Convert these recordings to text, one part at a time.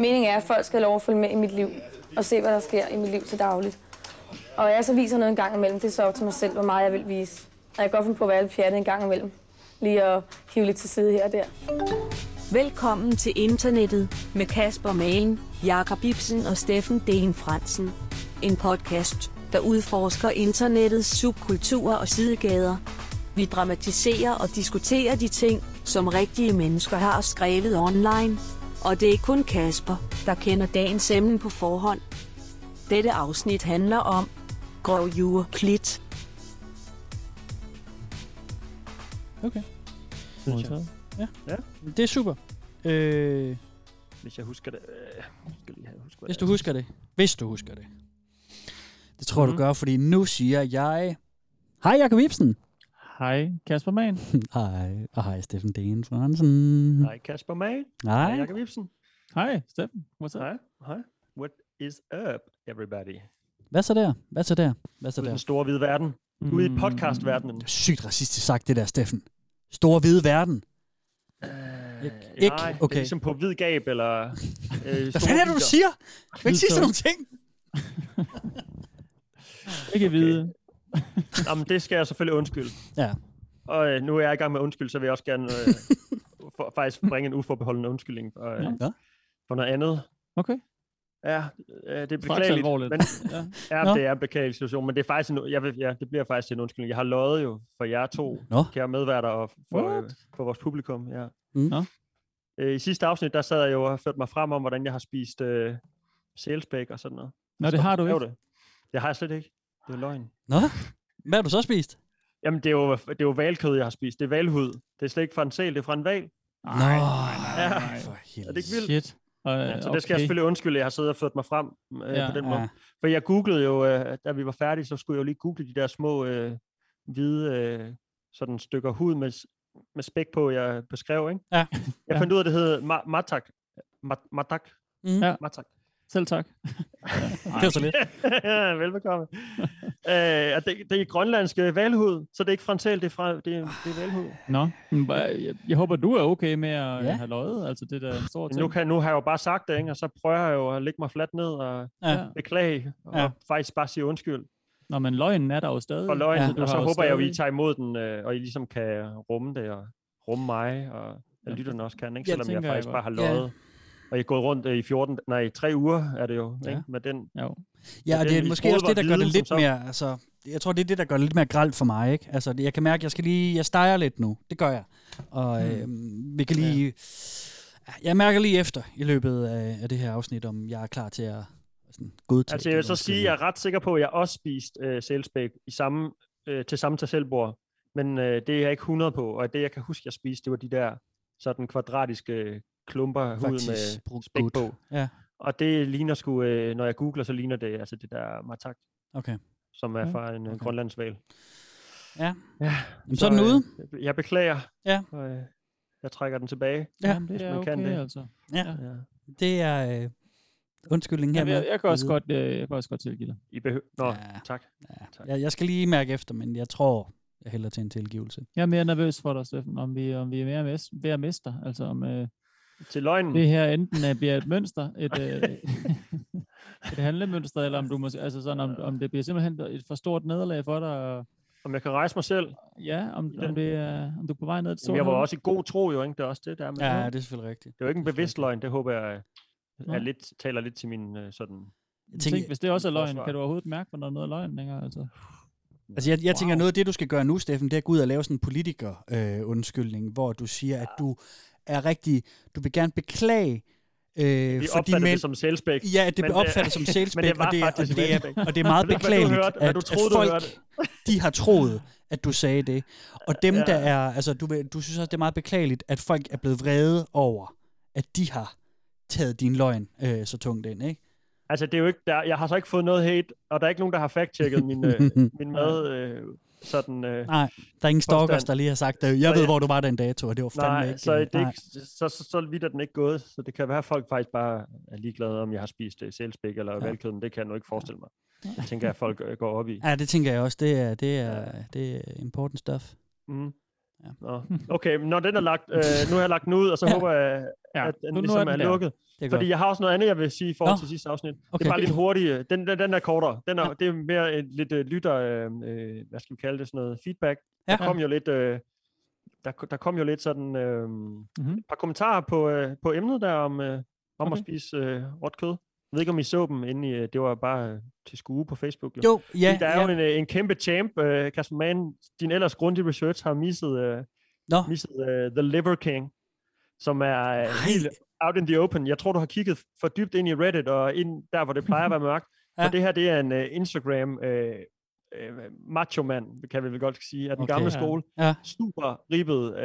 Meningen er, at folk skal have lov at følge med i mit liv og se, hvad der sker i mit liv til dagligt. Og jeg så viser noget en gang imellem, det er så op til mig selv, hvor meget jeg vil vise. Og jeg kan godt finde på at være lidt pjattet en gang imellem. Lige at hive lidt til side her og der. Velkommen til internettet med Kasper Magen, Jakob Ibsen og Steffen Dehn Fransen. En podcast, der udforsker internettets subkulturer og sidegader. Vi dramatiserer og diskuterer de ting, som rigtige mennesker har skrevet online. Og det er kun Kasper, der kender dagens emne på forhånd. Dette afsnit handler om grov jura-klit. Okay. Ja. Det er super. Hvis jeg husker det. Hvis du husker det. Det tror du gør, fordi nu siger jeg... Hej Jakob Ibsen. Hej Kasper Magen. Hej. Og hej Steffen Dehn Fransen. Hej Kasper Magen. Hej. Hej Jakob Ibsen. Hej Steffen. What's up? Hej. What is up, everybody? Hvad så der? Ude i den store hvide verden. Ude i podcastverdenen. Det er sygt racistisk sagt, det der, Steffen. Store hvide verden. Ikke? Nej, Okay. det er ligesom på hvid gab, eller... Hvad fanden er det, du siger? Du kan ikke sige sådan nogle ting. Ikke vide. Jamen, det skal jeg selvfølgelig undskylde. Ja. Og nu er jeg i gang med undskyld, så vil jeg også gerne faktisk bringe en uforbeholdende undskyldning for noget andet. Okay. Ja, det er beklageligt. Men, det er en beklagelig situation, men det er faktisk det bliver faktisk en undskyldning. Jeg har løjet jo for jer to, kære medværter, og for vores publikum. Ja. I sidste afsnit, der sad jeg jo og ført mig frem om, hvordan jeg har spist sælspæk og sådan noget. Nå, det har du ikke. Det har jeg slet ikke. Det er løgn. Nå, hvad har du så spist? Jamen, det er jo hvalkød, jeg har spist. Det er hvalhud. Det er slet ikke fra en sæl, det er fra en hval. Nej. For helvede. Er det ikke vildt? Shit. Så det skal jeg selvfølgelig undskylde, jeg har siddet og ført mig frem på den måde. For jeg googlede jo, da vi var færdige, så skulle jeg jo lige google de der små hvide sådan stykker hud med spæk på, jeg beskrev, ikke? Ja. Jeg fandt ud af, det hed matak. Matak. Ja. Matak. Selv tak. Det var så lidt. Ja, velbekomme. Det er grønlandske hvalhud, så det er ikke fra en sæl, det er hvalhud. Nå, jeg håber, du er okay med at have løjet, altså det der store ting. Nu har jeg jo bare sagt det, ikke? Og så prøver jeg jo at lægge mig fladt ned og beklage, og faktisk bare sige undskyld. Nå, men løgnen er der jo stadig. For løgnen, og så håber jeg, at I tager imod den, og I ligesom kan rumme det, og rumme mig, og lytterne også kan, ikke? Selvom jeg faktisk bare har løjet. Og jeg er gået rundt i 3 uger, er det jo, ikke? Med den. Jo. Ja, og det er måske også det, der gør det lidt mere, altså, jeg tror, det er det, der gør det lidt mere grelt for mig, ikke? Altså, jeg kan mærke, jeg steger lidt nu. Det gør jeg. Og vi kan lige... Jeg mærker lige efter i løbet af det her afsnit, om jeg er klar til at godtage. Altså, jeg vil så sige, at jeg er ret sikker på, at jeg også spiste sælspæk til samme tasselbord. Men det er jeg ikke 100 på. Og det, jeg kan huske, jeg spiste, det var de der sådan kvadratiske klumper hud med spæk på. Ja. Og det ligner sgu, når jeg googler, så ligner det altså det der matak, som er fra en grønlandshval. Ja. Så er den ude. Jeg beklager. Ja. Jeg trækker den tilbage. Ja, det er okay, det. Altså. Ja. Det er undskyldning her. Jeg kan også godt tilgive dig. Tak. Ja. Jeg skal lige mærke efter, men jeg tror, jeg hælder til en tilgivelse. Jeg er mere nervøs for dig, Steffen, om vi er ved at miste dig. Altså om til løgnen. Det her enten bliver et mønster, et handlemønster, eller om du måske, altså sådan, om det bliver simpelthen et for stort nederlag for dig. Om jeg kan rejse mig selv. Ja, om du er på vej ned til. Jeg var også i god tro, jo, ikke? Det er også det der med. Ja, det er selvfølgelig rigtigt. Det er jo ikke en bevidst løgn, det håber jeg taler lidt til min sådan. Jeg tænker, hvis det også er løgn, kan du overhovedet mærke, hvornår noget er løgn længere, altså? Altså, jeg tænker, noget af det, du skal gøre nu, Steffen, det er at gå ud og lave sådan en politiker-undskyldning, hvor du siger, at du er rigtig, du vil gerne beklage vi opfatter det som sælspæk. Ja, det bliver opfattet som sælspæk, og det er meget beklageligt, at folk, de har troet, at du sagde det. Og dem, der er, altså, du synes også, det er meget beklageligt, at folk er blevet vrede over, at de har taget din løgn så tungt ind, ikke? Altså, det er jo ikke, jeg har så ikke fået noget hate, og der er ikke nogen, der har fact-checket min mad. Sådan, nej, der er ingen stalkers, der lige har sagt, jeg ved, hvor du var den dato, og det var fandme ikke. Så det er ikke, så vidt er den ikke gået. Så det kan være, at folk faktisk bare er ligeglade, om jeg har spist sælspæk eller hvalkød, men det kan jeg nu ikke forestille mig. Det tænker jeg, at folk går op i. Ja, det tænker jeg også. Det er important stuff. Mm. Ja. Okay, når den er lagt, nu har jeg lagt den ud, og så håber jeg, at den ligesom er lukket. Fordi jeg har også noget andet, jeg vil sige i forhold til sidste afsnit. Okay. Det er bare lidt hurtigt. Den er kortere. Det er mere lidt lytter, hvad skal vi kalde det, sådan noget feedback. Der kom jo lidt... Der kom jo lidt sådan et par kommentarer på emnet der om at spise råt kød. Jeg ved ikke, om I så dem inde i... Det var bare til skue på Facebook. Jo, ja. Der er jo en kæmpe champ. Kasper Mann, din ellers grundige research har misset The Liver King, som er helt out in the open. Jeg tror, du har kigget for dybt ind i Reddit, og ind der, hvor det plejer at være mørkt. Og det her, det er en Instagram... macho-mand, kan vi vel godt sige, af den gamle skole. Ja. Super ribbet,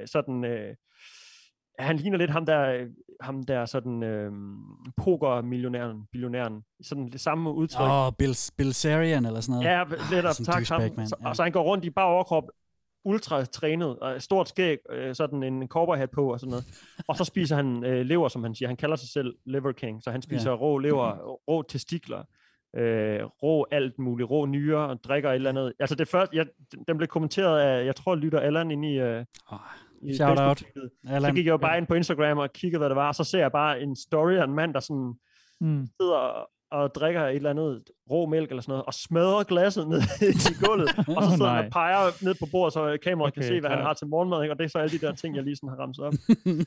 han ligner lidt ham der sådan poker-millionæren, billionæren, sådan det samme udtryk. Bill Sarian eller sådan noget. Ja, netop, tak ham. Så han går rundt i bare overkrop, ultra trænet, og stort skæg, sådan en cowboyhat på og sådan noget. Og så spiser han lever, som han siger. Han kalder sig selv Liver King, så han spiser rå lever, rå testikler, rå alt muligt, rå nyrer og drikker et eller andet. Altså det første, den blev kommenteret af, jeg tror, lytter Allan inde i shout out. Så gik jeg jo bare ind på Instagram og kiggede, hvad det var, og så ser jeg bare en story af en mand, der sådan sidder og drikker et eller andet rå mælk eller sådan noget, og smadrer glasset ned i gulvet, og så sidder han og peger ned på bordet, så kameraet kan se, hvad han har til morgenmad, ikke? Og det er så alle de der ting, jeg lige sådan har ramset op.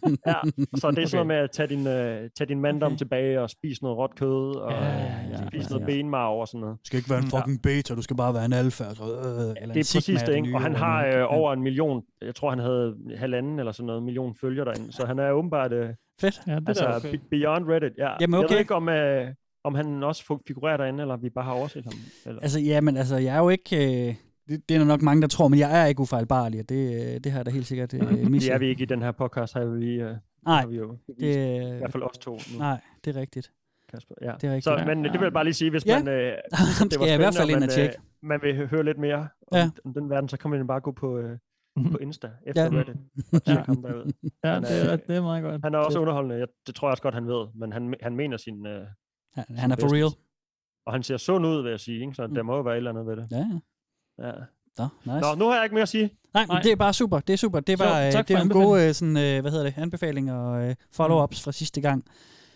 Så det er sådan noget med at tage din manddom tilbage og spise noget råt kød, og spise noget benmarv og sådan noget. Du skal ikke være en fucking beta, du skal bare være en alfa. Det er præcis det, ikke? Og han har over 1 million, jeg tror han havde 1,5 eller sådan noget million følgere derinde, så han er åbenbart fedt. Altså beyond Reddit. Ja. Jamen, okay. Jeg ved ikke om han også figurerer derinde, eller vi bare har overset ham. Eller? Altså, jeg er jo ikke... det er nok mange, der tror, men jeg er ikke ufejlbarlig, og det har jeg da helt sikkert misset. Det er vi ikke i den her podcast, har vi jo det i hvert fald os to nu. Nej, det er rigtigt. Kasper, ja. Det er rigtigt. Så, men det vil jeg bare lige sige, hvis man... det var spændende, i hvert fald ind at tjekke. Man vil høre lidt mere om den verden, så kan man bare gå på Insta efter Reddit og tjekke ham derud. Ja, det er meget godt. Han er også underholdende. Det tror jeg også godt, han ved, men han mener sin... han er for real. Og han ser sund ud, vil jeg sige, ikke? Så der må jo være et eller andet ved det. Ja. Nice. Nå, nu har jeg ikke mere at sige. Nej. Det er bare super. Det er super. Det er en gode anbefalinger og follow-ups fra sidste gang.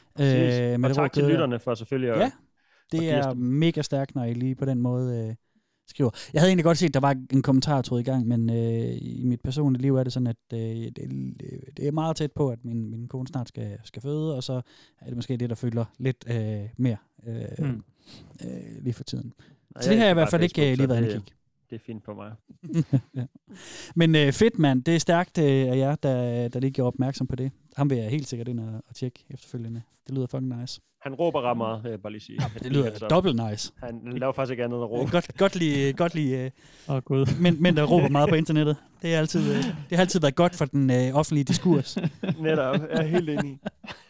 Med og tak til lytterne for selvfølgelig at... Ja, det er mega stærkt, når I lige på den måde skriver. Jeg havde egentlig godt set, at der var en kommentar i gang, men i mit personlige liv er det sådan, at det er meget tæt på, at min kone snart skal føde, og så er det måske det, der fylder lidt mere lige for tiden. Så det har jeg i hvert fald ikke lige været inde og kigge. Det er fint på mig. Ja. Men fedt, mand. Det er stærkt af jer, der lige gjorde opmærksom på det. Ham vil jeg helt sikkert ind og tjekke efterfølgende. Det lyder fucking nice. Han råber ret meget, vil jeg bare lige sige. Ja, det lyder dobbelt nice. Han laver faktisk ikke andet end at råbe. Godt lige Gud. Men der råber meget på internettet. Det har altid været godt for den offentlige diskurs. Netop. Jeg er helt enig.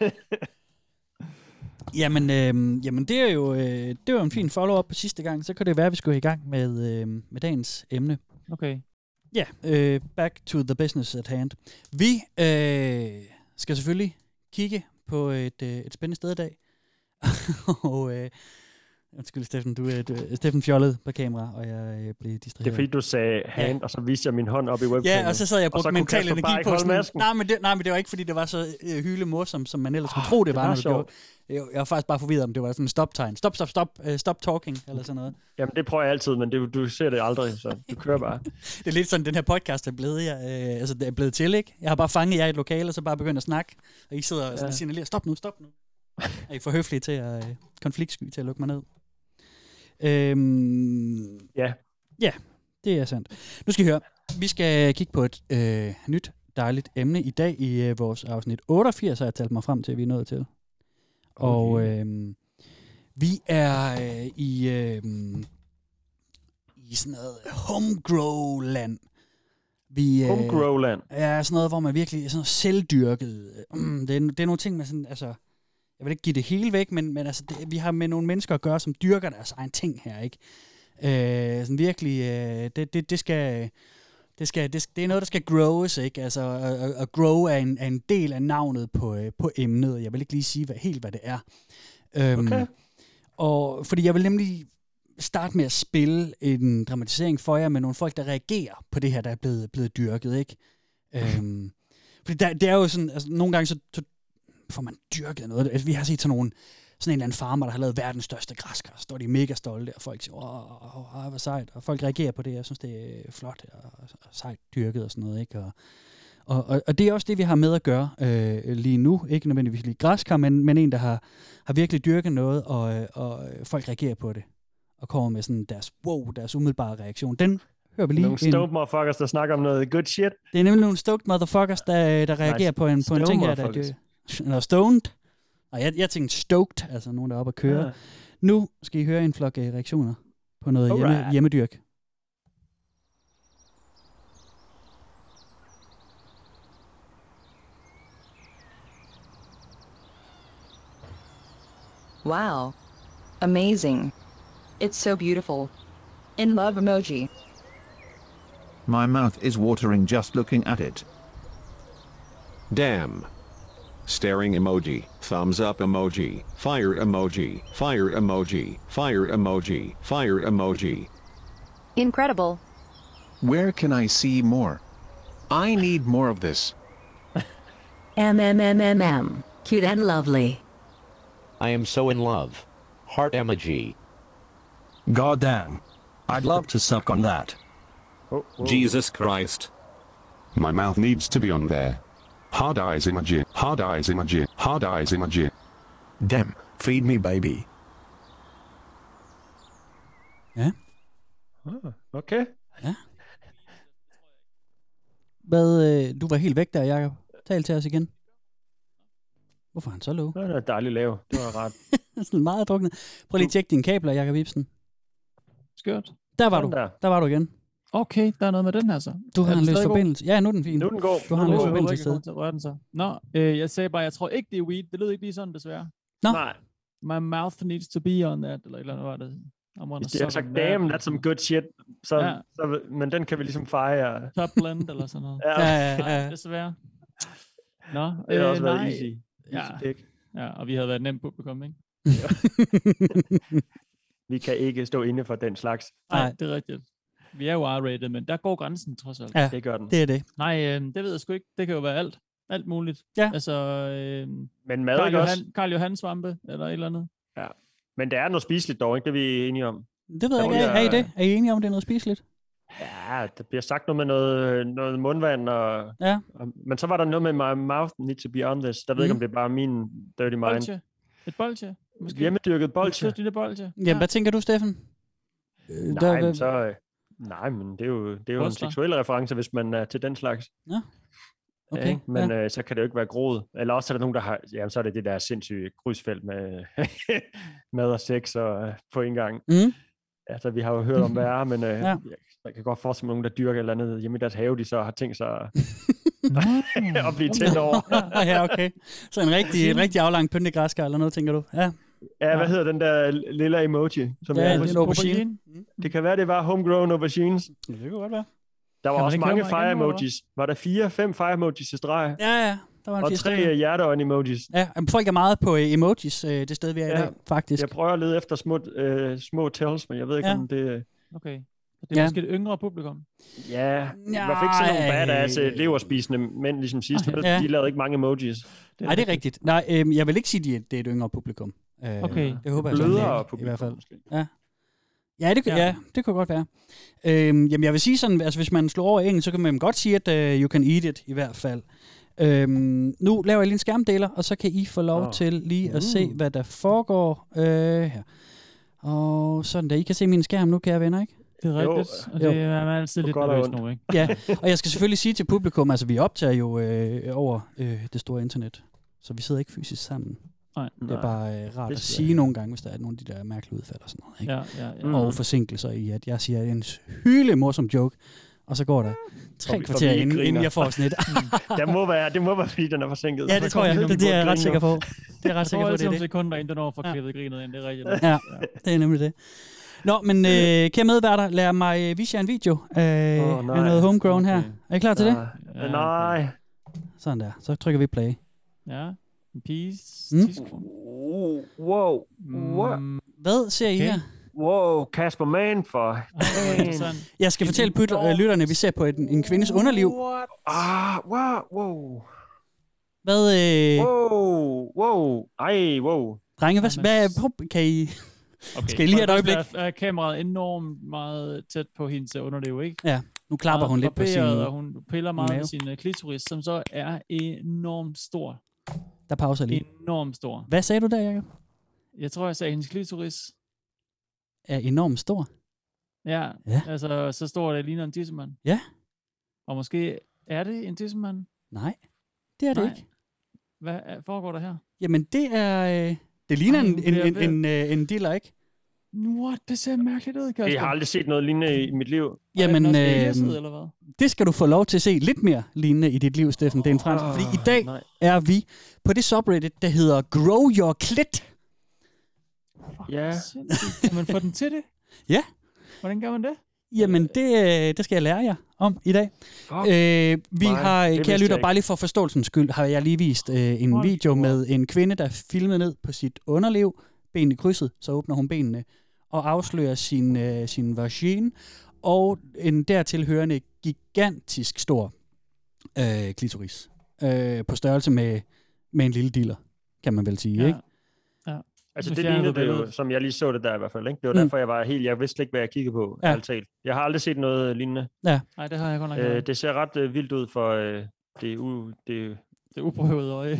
Jamen det er jo en fin follow-up på sidste gang. Så kan det være, at vi skal i gang med dagens emne. Okay. Ja, back to the business at hand. Vi skal selvfølgelig kigge på et spændende sted i dag. Og undskyld, Steffen, Steffen fjollede på kamera, og jeg blev distraheret. Det er fordi, du sagde hand, og så viste jeg min hånd op i webcamen. Ja, og så sad jeg og brugte mental energi på sådan. Nej, men det var ikke, fordi det var så hylemorsomt, som man ellers skulle tro, det var, når du gjorde. Jeg var faktisk bare forvirret, om det var sådan en stop-tegn. Stop talking, eller sådan noget. Jamen, det prøver jeg altid, men du ser det aldrig, så du kører bare. Det er lidt sådan, den her podcast er blevet, det er blevet til, ikke? Jeg har bare fanget jer i et lokale, og så bare begyndt at snakke, og I sidder og signalerer, stop nu. Er I for høflige til at konfliktsky til at lukke mig ned? Ja, det er sandt. Nu skal I høre. Vi skal kigge på et nyt, dejligt emne i dag i vores afsnit 88, har jeg talt mig frem til, at vi er nået til. Okay. Og vi er i sådan noget homegrow-land. Homegrow-land? Ja, sådan noget, hvor man virkelig er sådan noget selvdyrket. Det er nogle ting, man sådan, altså... Jeg vil ikke give det hele væk, men altså, vi har med nogle mennesker at gøre, som dyrker deres egen ting her, ikke? Sådan virkelig, det er noget, der skal growes, ikke? Altså, at grow er en del af navnet på emnet. Jeg vil ikke lige sige helt, hvad det er. Okay. Og fordi jeg vil nemlig starte med at spille en dramatisering for jer med nogle folk, der reagerer på det her, der er blevet dyrket, ikke? Fordi det er jo sådan, altså nogle gange så får man dyrket noget. Altså, vi har set sådan en eller anden farmer, der har lavet verdens største græskar. Så står de mega stolte, og folk siger, hvor sejt. Og folk reagerer på det. Jeg synes, det er flot og sejt dyrket og sådan noget, ikke? Og det er også det, vi har med at gøre lige nu. Ikke nødvendigvis lige græskar, men en, der har virkelig dyrket noget, og folk reagerer på det. Og kommer med sådan deres umiddelbare reaktion. Den hører vi lige. Nogle stoked motherfuckers, der snakker om noget good shit. Det er nemlig nogle stoked motherfuckers, der reagerer på en ting her, der eller stoned. Nej, jeg tænkte stoked, altså nogen, der er oppe at køre. Ja. Nu skal I høre en flok reaktioner på noget hjemmedyrk. Wow. Amazing. It's so beautiful. In love emoji. My mouth is watering just looking at it. Damn. Staring emoji, thumbs up emoji, fire emoji, fire emoji, fire emoji, fire emoji. Incredible. Where can I see more? I need more of this. Cute and lovely. I am so in love. Heart emoji. Goddamn. I'd love to suck on that. Jesus Christ. My mouth needs to be on there. Hard eyes emoji, hard eyes emoji, hard eyes emoji. Damn, feed me baby. Ja. Okay. Ja. Hvad, du var helt væk der, Jacob. Tal til os igen. Hvorfor er han så lav? Det er dejligt lav. Det var ret. Sådan meget druknet. Prøv lige at tjekke dine kabler, Jacob Ibsen. Skørt. Der var du. Der var du igen. Okay, der er noget med den her så. Du har en løs forbindelse. Ja, nu er den fin. Nu er den god. Du har en løs forbindelse i stedet. Den så. Nå, jeg sagde bare, jeg tror ikke, det er weed. Det lød ikke lige sådan, desværre. Nå. Nej. My mouth needs to be on that, eller et eller andet var det. Det er sagt, damn, that's some good shit. Så, men den kan vi ligesom fejre. Top blend, eller sådan noget. Ja. Desværre. Nå, det har også været easy. Ja, og vi havde været et nemt publikum, ikke? Vi kan ikke stå inde for den slags. Nej, det er rigtigt. Vi er jo R-rated, men der går grænsen trods alt. Ja, det gør den. Det er det. Nej, det ved jeg sgu ikke. Det kan jo være alt muligt. Ja. Altså, men mad ikke også? Karl Johan svampe, eller et eller andet. Ja. Men det er noget spiseligt dog, ikke? Det er vi enige om. Det ved jeg ikke. Er I det? Er I enige om, det er noget spiseligt? Ja, der bliver sagt noget med noget mundvand. Men så var der noget med my mouth needs to be on this. Der ved ikke, om det er bare min dirty mind. Bolche. Et bolche? Måske. Hjemmedyrket bolche. Et lille bolche. Jamen, hvad tænker du, Steffen? Nej, men det er jo en seksuel reference, hvis man er til den slags. Ja. Okay. Men så kan det jo ikke være groet. Eller også er der nogen, der har... Jamen, så er det der sindssyge krydsfelt med mad og sex og på en gang. Mm. Altså, vi har jo hørt om, hvad er, men jeg kan godt forestille mig, nogen, der dyrker et eller andet hjemme i deres have, de så har tænkt sig at blive tændt over. Ja, okay. Så en rigtig aflang pyntegræsker eller noget, tænker du? Ja. Ja, hvad hedder den der lille emoji? Som det er en aubergine. Det kan være, det var homegrown aubergines. Ja, det kunne godt være. Der var også mange fire emojis. Var der 4-5 fire emojis i streg? Ja. Der var og 3 hjerteøjne emojis. Ja, folk er meget på emojis, det sted, vi er i dag, faktisk. Jeg prøver at lede efter små tells, men jeg ved ikke, om det... Okay. Det er måske et yngre publikum. Ja, i hvert fald ikke sådan nogle badass leverspisende mænd, ligesom sidst. De lavede ikke mange emojis. Nej, det er rigtigt. Nej, jeg vil ikke sige, at det er et yngre publikum. Okay. Det håber jeg blødere publikum, i hvert fald. Ja, det kunne godt være. Jamen, jeg vil sige sådan, altså hvis man slår over engelsk, så kan man godt sige, at you can eat it, i hvert fald. Nu laver jeg lige en skærmdeler, og så kan I få lov til lige at se, hvad der foregår her. Og sådan der, I kan se min skærm nu, kære venner, ikke? Det er rigtigt, og det er man altid lidt nervøs nu, ikke? Ja, og jeg skal selvfølgelig sige til publikum, altså vi optager jo over det store internet, så vi sidder ikke fysisk sammen. Nej. Det er bare rart at sige nogle gange, hvis der er nogle af de der mærkelige udfald og sådan noget, ikke? Ja. Og forsinkelser i, at jeg siger en hyle morsom joke, og så går der 3 kvarter inden jeg får sådan et. det må være, fordi den er forsinket. Ja, det tror jeg. Det er jeg ret sikker på. Det er ret sikker på, det er det. Sekunder inden den når for klippet grinet ind, det er rigtigt. Ja, det er nemlig det. Nå, men kære medværter, lad mig vise jer en video af noget homegrown her. Er I klar til det? Nej. Sådan der. Så trykker vi play. Ja. Peace. Wow. Hvad ser I her? Wow, Kasper Mann for... Jeg skal fortælle lytterne, at vi ser på en kvindes underliv. Wow. Hvad? Wow. Drenge, hvad kan I... Okay. Skal I lige have et øjeblik? Er kameraet enormt meget tæt på hendes underliv, ikke? Ja, nu klapper hun lidt på sin og hun piller meget mave. med sin klitoris, som så er enormt stor. Der pauser lige. Enormt stor. Hvad sagde du der, Jacob? Jeg tror, jeg sagde, at hendes klitoris er enormt stor. Ja, altså så stor, det ligner en tissemand. Ja. Og måske er det en tissemand? Nej, det er det ikke. Hvad foregår der her? Jamen, det er... det ligner en diller, ikke? What? Det ser mærkeligt ud, Kasper. Jeg har aldrig set noget lignende i mit liv. Jamen, eller hvad? det skal du få lov til at se lidt mere lignende i dit liv, Steffen. Det er en fransk. Fordi i dag er vi på det subreddit, der hedder Grow Your Clit. Ja. Kan man få den til det? Ja. Hvordan gør man det? Jamen, det skal jeg lære jer om i dag. Vi har, kære lytter, bare lige for forståelsens skyld, har jeg lige vist en video med en kvinde, der filmede ned på sit underliv, benene krydset, så åbner hun benene og afslører sin vagin, og en dertilhørende gigantisk stor klitoris. På størrelse med en lille diller, kan man vel sige, ikke? Ja. Altså det lignede det jo, som jeg lige så det der i hvert fald, ikke? Det var derfor, jeg vidste ikke, hvad jeg kiggede på, altid. Jeg har aldrig set noget lignende. Ja. Nej, det har jeg godt nok. Det ser ret vildt ud for det uprøvede øje.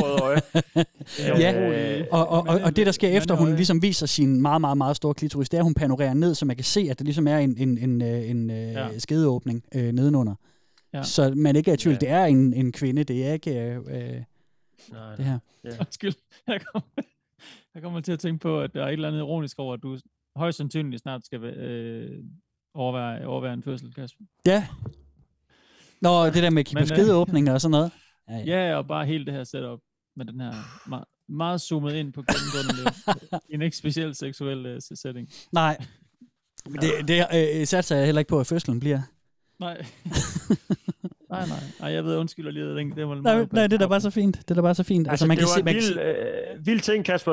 Og det, der sker efter, hun ligesom viser sin meget, meget, meget store klitoris, det er, at hun panorerer ned, så man kan se, at det ligesom er en skedeåbning nedenunder. Ja. Så man ikke er i tvivl, det er en kvinde, det er ikke det her. Undskyld, jeg kommer til at tænke på, at der er et eller andet ironisk over, at du højst sandsynligt snart skal overvære en fødsel, Kasper. Ja. Nå, det der med at kigge på skedeåbninger og sådan noget. Ja, og bare hele det her setup med den her meget zoomet ind på gennemgående en ikke specielt seksuel setting. Nej, det satser jeg heller ikke på, at fødslen bliver. Nej. Nej, jeg ved, undskylder lige, det var nej, det er da bare så fint. Det er da bare så fint. Altså man det kan var en vild ting, Kasper,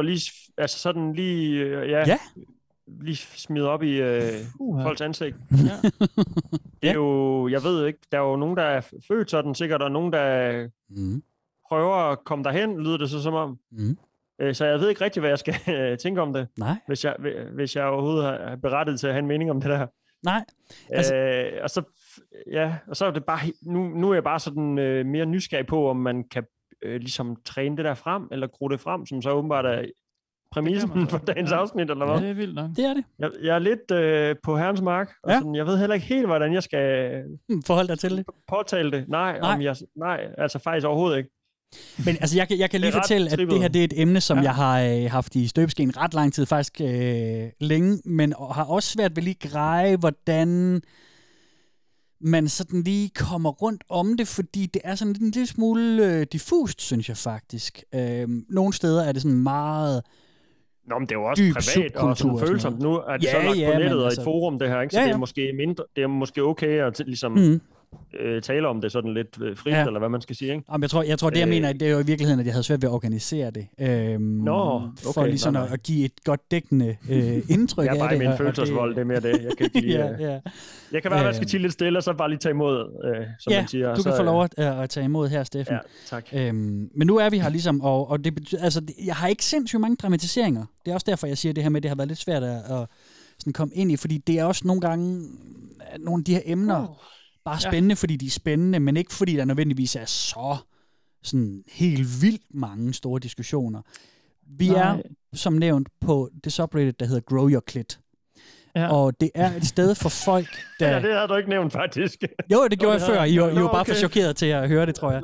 lige smide op i folks ansigt. Ja. Det er jo, jeg ved ikke, der er jo nogen, der er født sådan sikkert, og nogen, der prøver at komme derhen, lyder det så som om. Så jeg ved ikke rigtig, hvad jeg skal tænke om det. Nej. Hvis jeg overhovedet har berettet til at have en mening om det der. Nej. Altså... og så er det bare, nu er jeg bare sådan mere nysgerrig på, om man kan ligesom træne det der frem, eller gro det frem, som så åbenbart er præmissen for dagens afsnit, eller hvad? Ja, det er vildt nok. Det er det. Jeg er lidt på herrens mark, og sådan, jeg ved heller ikke helt, hvordan jeg skal forholde dig til det. Påtale det. Nej, altså faktisk overhovedet ikke. Men altså, jeg kan lige fortælle, at det her det er et emne, som jeg har haft i støbeskeen ret lang tid, faktisk længe, men har også svært ved lige greje, hvordan man sådan lige kommer rundt om det, fordi det er sådan en lille smule diffust, synes jeg faktisk. Nogle steder er det sådan meget Nå, men det er jo også privat og sådan følsomt. Nu er det så lagt på nettet og et forum, det her, ikke? Så det er måske mindre, det er måske okay at ligesom tale om det sådan lidt frit, eller hvad man skal sige, ikke? Jamen, jeg tror det jeg mener, det er jo i virkeligheden, at jeg havde svært ved at organisere det. For ligesom at give et godt dækkende indtryk af det. Jeg er bare i min følelsesvold, det er mere det. Jeg kan ikke lide, jeg kan være, at jeg skal til lidt stille, og så bare lige tage imod, som man siger. Du kan få lov at tage imod her, Steffen. Ja, tak. Men nu er vi her ligesom, og det betyder, altså, jeg har ikke sindssygt mange dramatiseringer. Det er også derfor, jeg siger det her med, at det har været lidt svært at sådan komme ind i, fordi det er også nogle gange nogle af de her emner, bare spændende, fordi de er spændende, men ikke fordi der nødvendigvis er så sådan helt vildt mange store diskussioner. Vi er, som nævnt, på det subreddit, der hedder Grow Your Clit. Ja. Og det er et sted for folk, der... Ja, det havde du ikke nævnt, faktisk. Jo, det gjorde jeg før. I var bare for chokeret til at høre det, tror jeg.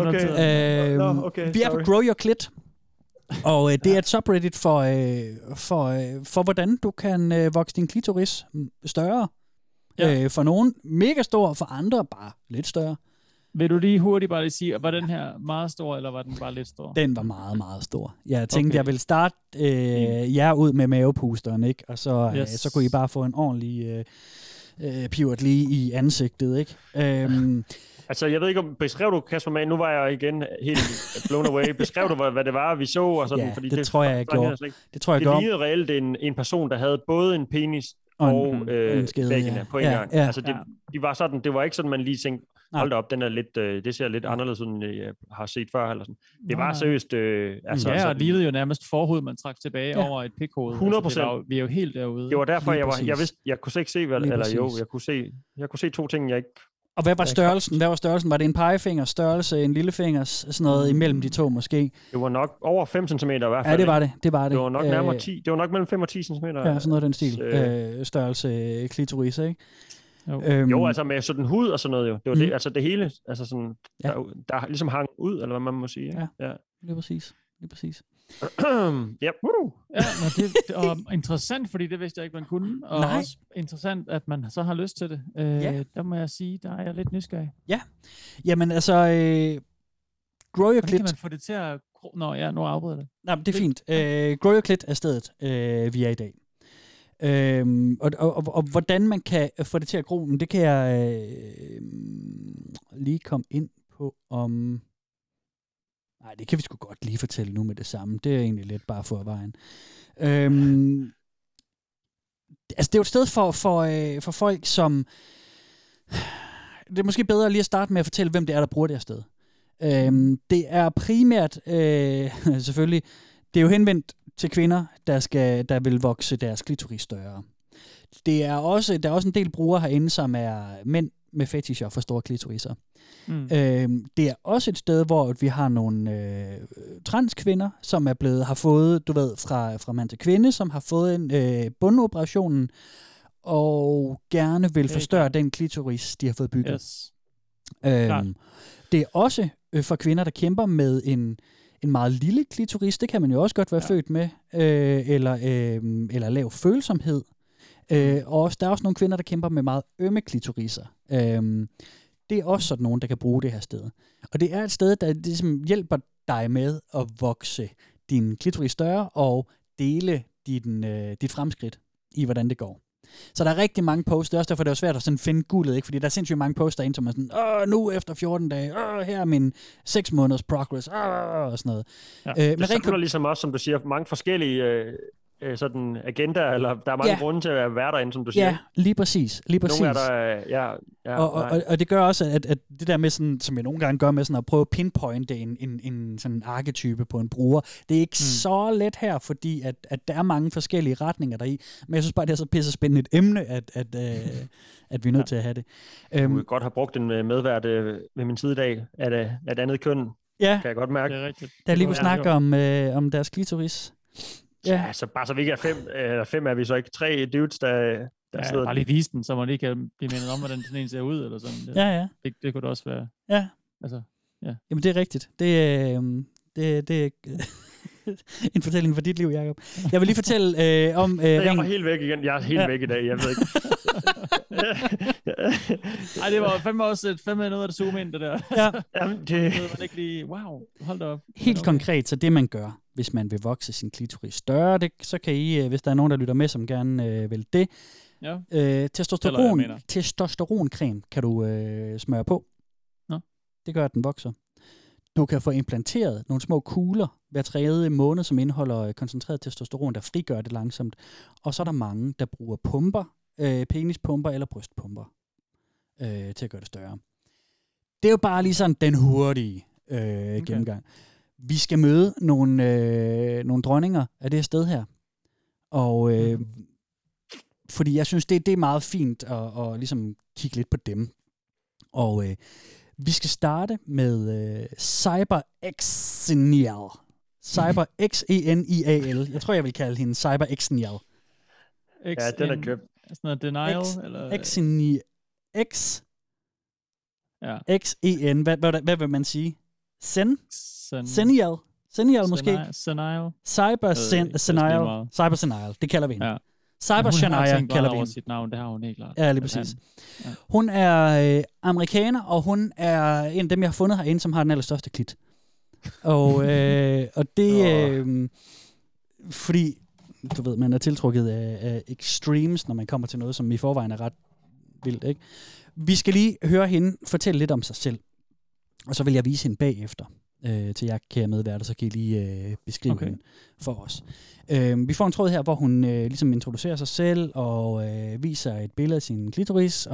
Vi er på Grow Your Clit. Og det er et subreddit for hvordan du kan vokse din klitoris større. Ja. For nogen mega stor, for andre bare lidt større. Vil du lige hurtigt bare lige sige, var den her meget stor, eller var den bare lidt stor? Den var meget, meget stor. Jeg tænkte, jeg ville starte jer ud med mavepusteren, ikke? Og så kunne I bare få en ordentlig pivot lige i ansigtet, ikke? Altså, jeg ved ikke, om beskrev du, Kasper Mann, nu var jeg igen helt blown away. Beskrev du, hvad det var, vi så? Og sådan, Ja, fordi det tror jeg gjorde. Det lignede reelt en person, der havde både en penis og vagina på en gang. Altså, de var sådan, det var ikke sådan, man lige tænkte, hold da op, den er lidt, det ser lidt anderledes ud, end jeg har set før. Eller sådan. Det var seriøst... og det lignede jo nærmest forhud, man trak tilbage over et pikhoved. 100%. Altså, vi er jo helt derude. Det var derfor, jeg vidste, jeg kunne ikke se, jeg kunne se 2 ting, jeg ikke... Og hvad var størrelsen? Var det en pegefinger størrelse, en lillefinger, sådan noget imellem de 2 måske? Det var nok over 5 cm i hvert fald. Ja, det var det. Det var nok nærmere 10. Det var nok mellem 5 og 10 cm. Ja, sådan noget den stil. Størrelse klitoris, ikke? Jo, altså med sådan hud og sådan noget jo. Det var det, altså det hele, altså sådan, der ligesom hang ud, eller hvad man må sige. Ikke? Ja, lige præcis. Yep. Og interessant, fordi det vidste jeg ikke, man kunne. Og også interessant, at man så har lyst til det. Der må jeg sige, der er jeg lidt nysgerrig. Ja. Jamen altså, grow your clit. Kan man få det til at... nu afbryder det. Nej, det er fint. Grow your clit er stedet, vi er i dag. Og hvordan man kan få det til at gro, det kan jeg lige komme ind på om... Nej, det kan vi sgu godt lige fortælle nu med det samme. Det er egentlig lidt bare for vejen. Altså, det er jo et sted for folk, som... Det er måske bedre lige at starte med at fortælle, hvem det er, der bruger det her sted. Det er primært, selvfølgelig, det er jo henvendt til kvinder, der vil vokse deres klitoris større. Der er også en del brugere herinde, som er mænd med fetischer for store klitoriser. Det er også et sted, hvor vi har nogle transkvinder, som har fået, du ved, fra mand til kvinde, som har fået en bundoperationen, og gerne vil forstørre den klitoris, de har fået bygget. Yes. Det er også for kvinder, der kæmper med en meget lille klitoris. Det kan man jo også godt være født med, eller lav følsomhed. Og der er også nogle kvinder, der kæmper med meget ømme klitoriser. Det er også sådan nogen, der kan bruge det her sted. Og det er et sted, der ligesom hjælper dig med at vokse din klitoris større og dele dit fremskridt i, hvordan det går. Så der er rigtig mange posts. Det er også derfor, det er svært at sådan finde guldet, ikke? Fordi der er sindssygt mange posts derinde, som er sådan, nu efter 14 dage, her er min 6 måneders progress, og sådan noget. Ja, det samler ligesom også, som du siger, mange forskellige sådan agendaer, eller der er mange grunde til at være derinde, som du siger. Ja, lige præcis. Nogle er der, og det gør også, at det der med sådan, som jeg nogle gange gør med sådan at prøve at pinpointe en sådan arketype på en bruger, det er ikke så let her, fordi at der er mange forskellige retninger deri, men jeg synes bare, det er så pisse spændende et emne, at vi er nødt til at have det. Du vil godt have brugt en medvært ved min side i dag, at andet køn, kan jeg godt mærke. Det er rigtigt. Der lige vil snakke om deres klitoris. Ja, så bare så vi ikke er 5 er vi så ikke 3 dudes, der sidder... Bare lige vise den, så man ikke kan blive mindet om, hvordan sådan en ser ud, eller sådan. Ja. Det kunne det også være. Ja. Altså, ja. Jamen, det er rigtigt. Det er en fortælling for dit liv, Jacob. Jeg vil lige fortælle om... jeg var helt væk igen. Jeg er helt væk i dag, jeg ved ikke. Ej, det var fandme også noget af det zoom ind, det der. Ja. Jamen, det... Man ikke lige, wow, hold da op. Helt konkret, så det man gør, hvis man vil vokse sin klitoris større, så kan I, hvis der er nogen, der lytter med, som gerne vil det, testosteroncreme kan du smøre på. Nå. Det gør, at den vokser. Du kan få implanteret nogle små kugler hver 3. måned, som indeholder koncentreret testosteron, der frigør det langsomt. Og så er der mange, der bruger pumper, penispumper eller brystpumper til at gøre det større. Det er jo bare lige sådan den hurtige gennemgang. Vi skal møde nogle dronninger af det her sted her. Og fordi jeg synes, det er meget fint at ligesom kigge lidt på dem. Og vi skal starte med CyberXenial. CyberXenial. Jeg tror, jeg vil kalde hende CyberXenial. Ja, den er købt. Sådan noget denial? Eller? X-E-N. Hvad vil man sige? Senial måske? Senile. Cybersenile. Det kalder vi hende. Ja. Cybersenile kalder vi hende. Sit navn, det har hun helt klart. Ja, lige præcis. Ja. Hun er amerikaner, og hun er en af dem, jeg har fundet herinde, som har den allerstørste klit. Og det... fordi, du ved, man er tiltrukket af extremes, når man kommer til noget, som i forvejen er ret vildt, ikke? Vi skal lige høre hende fortælle lidt om sig selv, og så vil jeg vise hende bagefter til jer, kære medværter, så kan I lige beskrive hende for os. Vi får en tråd her, hvor hun ligesom introducerer sig selv og viser et billede af sin klitoris,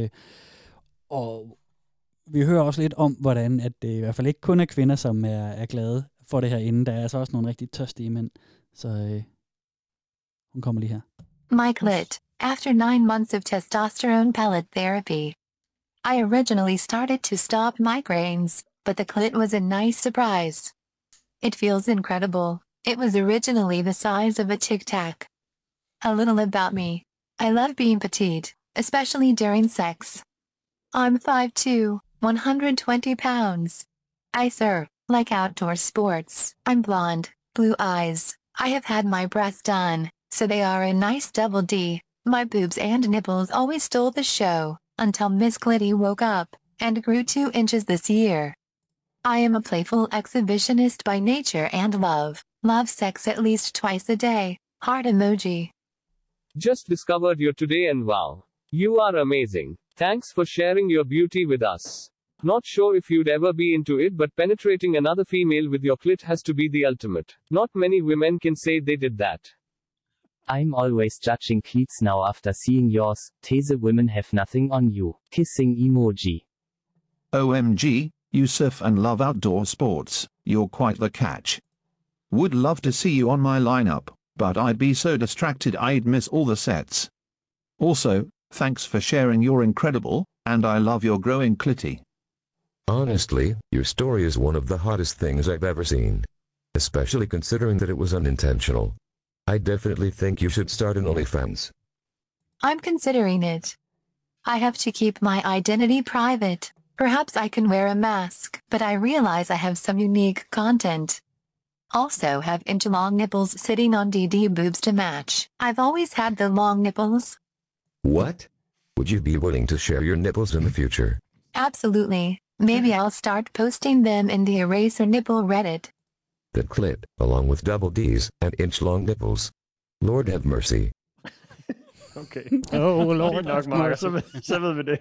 og vi hører også lidt om, hvordan at det i hvert fald ikke kun er kvinder, som er glade for det herinde. Der er altså også nogle rigtig tørstige mænd. Så hun kommer lige her. My clit. After 9 months of testosterone pellet therapy, I originally started to stop migraines, but the clit was a nice surprise. It feels incredible. It was originally the size of a Tic Tac. A little about me. I love being petite, especially during sex. I'm 5'2", 120 pounds. I surf, like outdoor sports. I'm blonde, blue eyes. I have had my breasts done, so they are a nice double D. My boobs and nipples always stole the show, until Miss Clitty woke up, and grew 2 inches this year. I am a playful exhibitionist by nature and love sex at least twice a day. Heart emoji. Just discovered you today and wow. You are amazing. Thanks for sharing your beauty with us. Not sure if you'd ever be into it, but penetrating another female with your clit has to be the ultimate. Not many women can say they did that. I'm always judging clits now after seeing yours. These women have nothing on you. Kissing emoji. OMG, you surf and love outdoor sports. You're quite the catch. Would love to see you on my lineup, but I'd be so distracted I'd miss all the sets. Also, thanks for sharing your incredible, and I love your growing clitty. Honestly, your story is one of the hottest things I've ever seen. Especially considering that it was unintentional. I definitely think you should start an OnlyFans. I'm considering it. I have to keep my identity private. Perhaps I can wear a mask, but I realize I have some unique content. Also have into long nipples sitting on DD boobs to match. I've always had the long nipples. What? Would you be willing to share your nipples in the future? Absolutely. Maybe I'll start posting them in the Eraser Nipple Reddit. That clit, along with double D's and inch-long nipples. Lord have mercy. Okay. Lord nok, Mark, så ved vi det.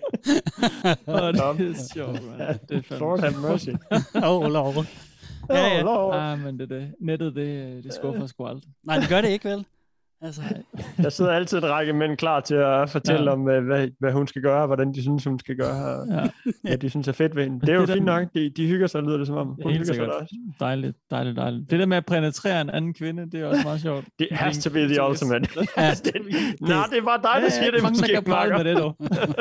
Det er sjovt, man. Lord have mercy. Lord. Ja. Men det nettet, det skuffer sgu aldrig. Nej, det gør det ikke, vel? Altså. Der sidder altid en række mænd klar til at fortælle om, hvad hun skal gøre, hvordan de synes, hun skal gøre, hvad de synes er fedt ved hende. Det er jo fint nok, de hygger sig, lyder det som om. Hun hygger sig også. Dejligt. Det der med at penetrere en anden kvinde, det er også meget sjovt. Det has to be the ultimate. Nej, det er bare dig, der siger det, måske, Marker. Med det, dog.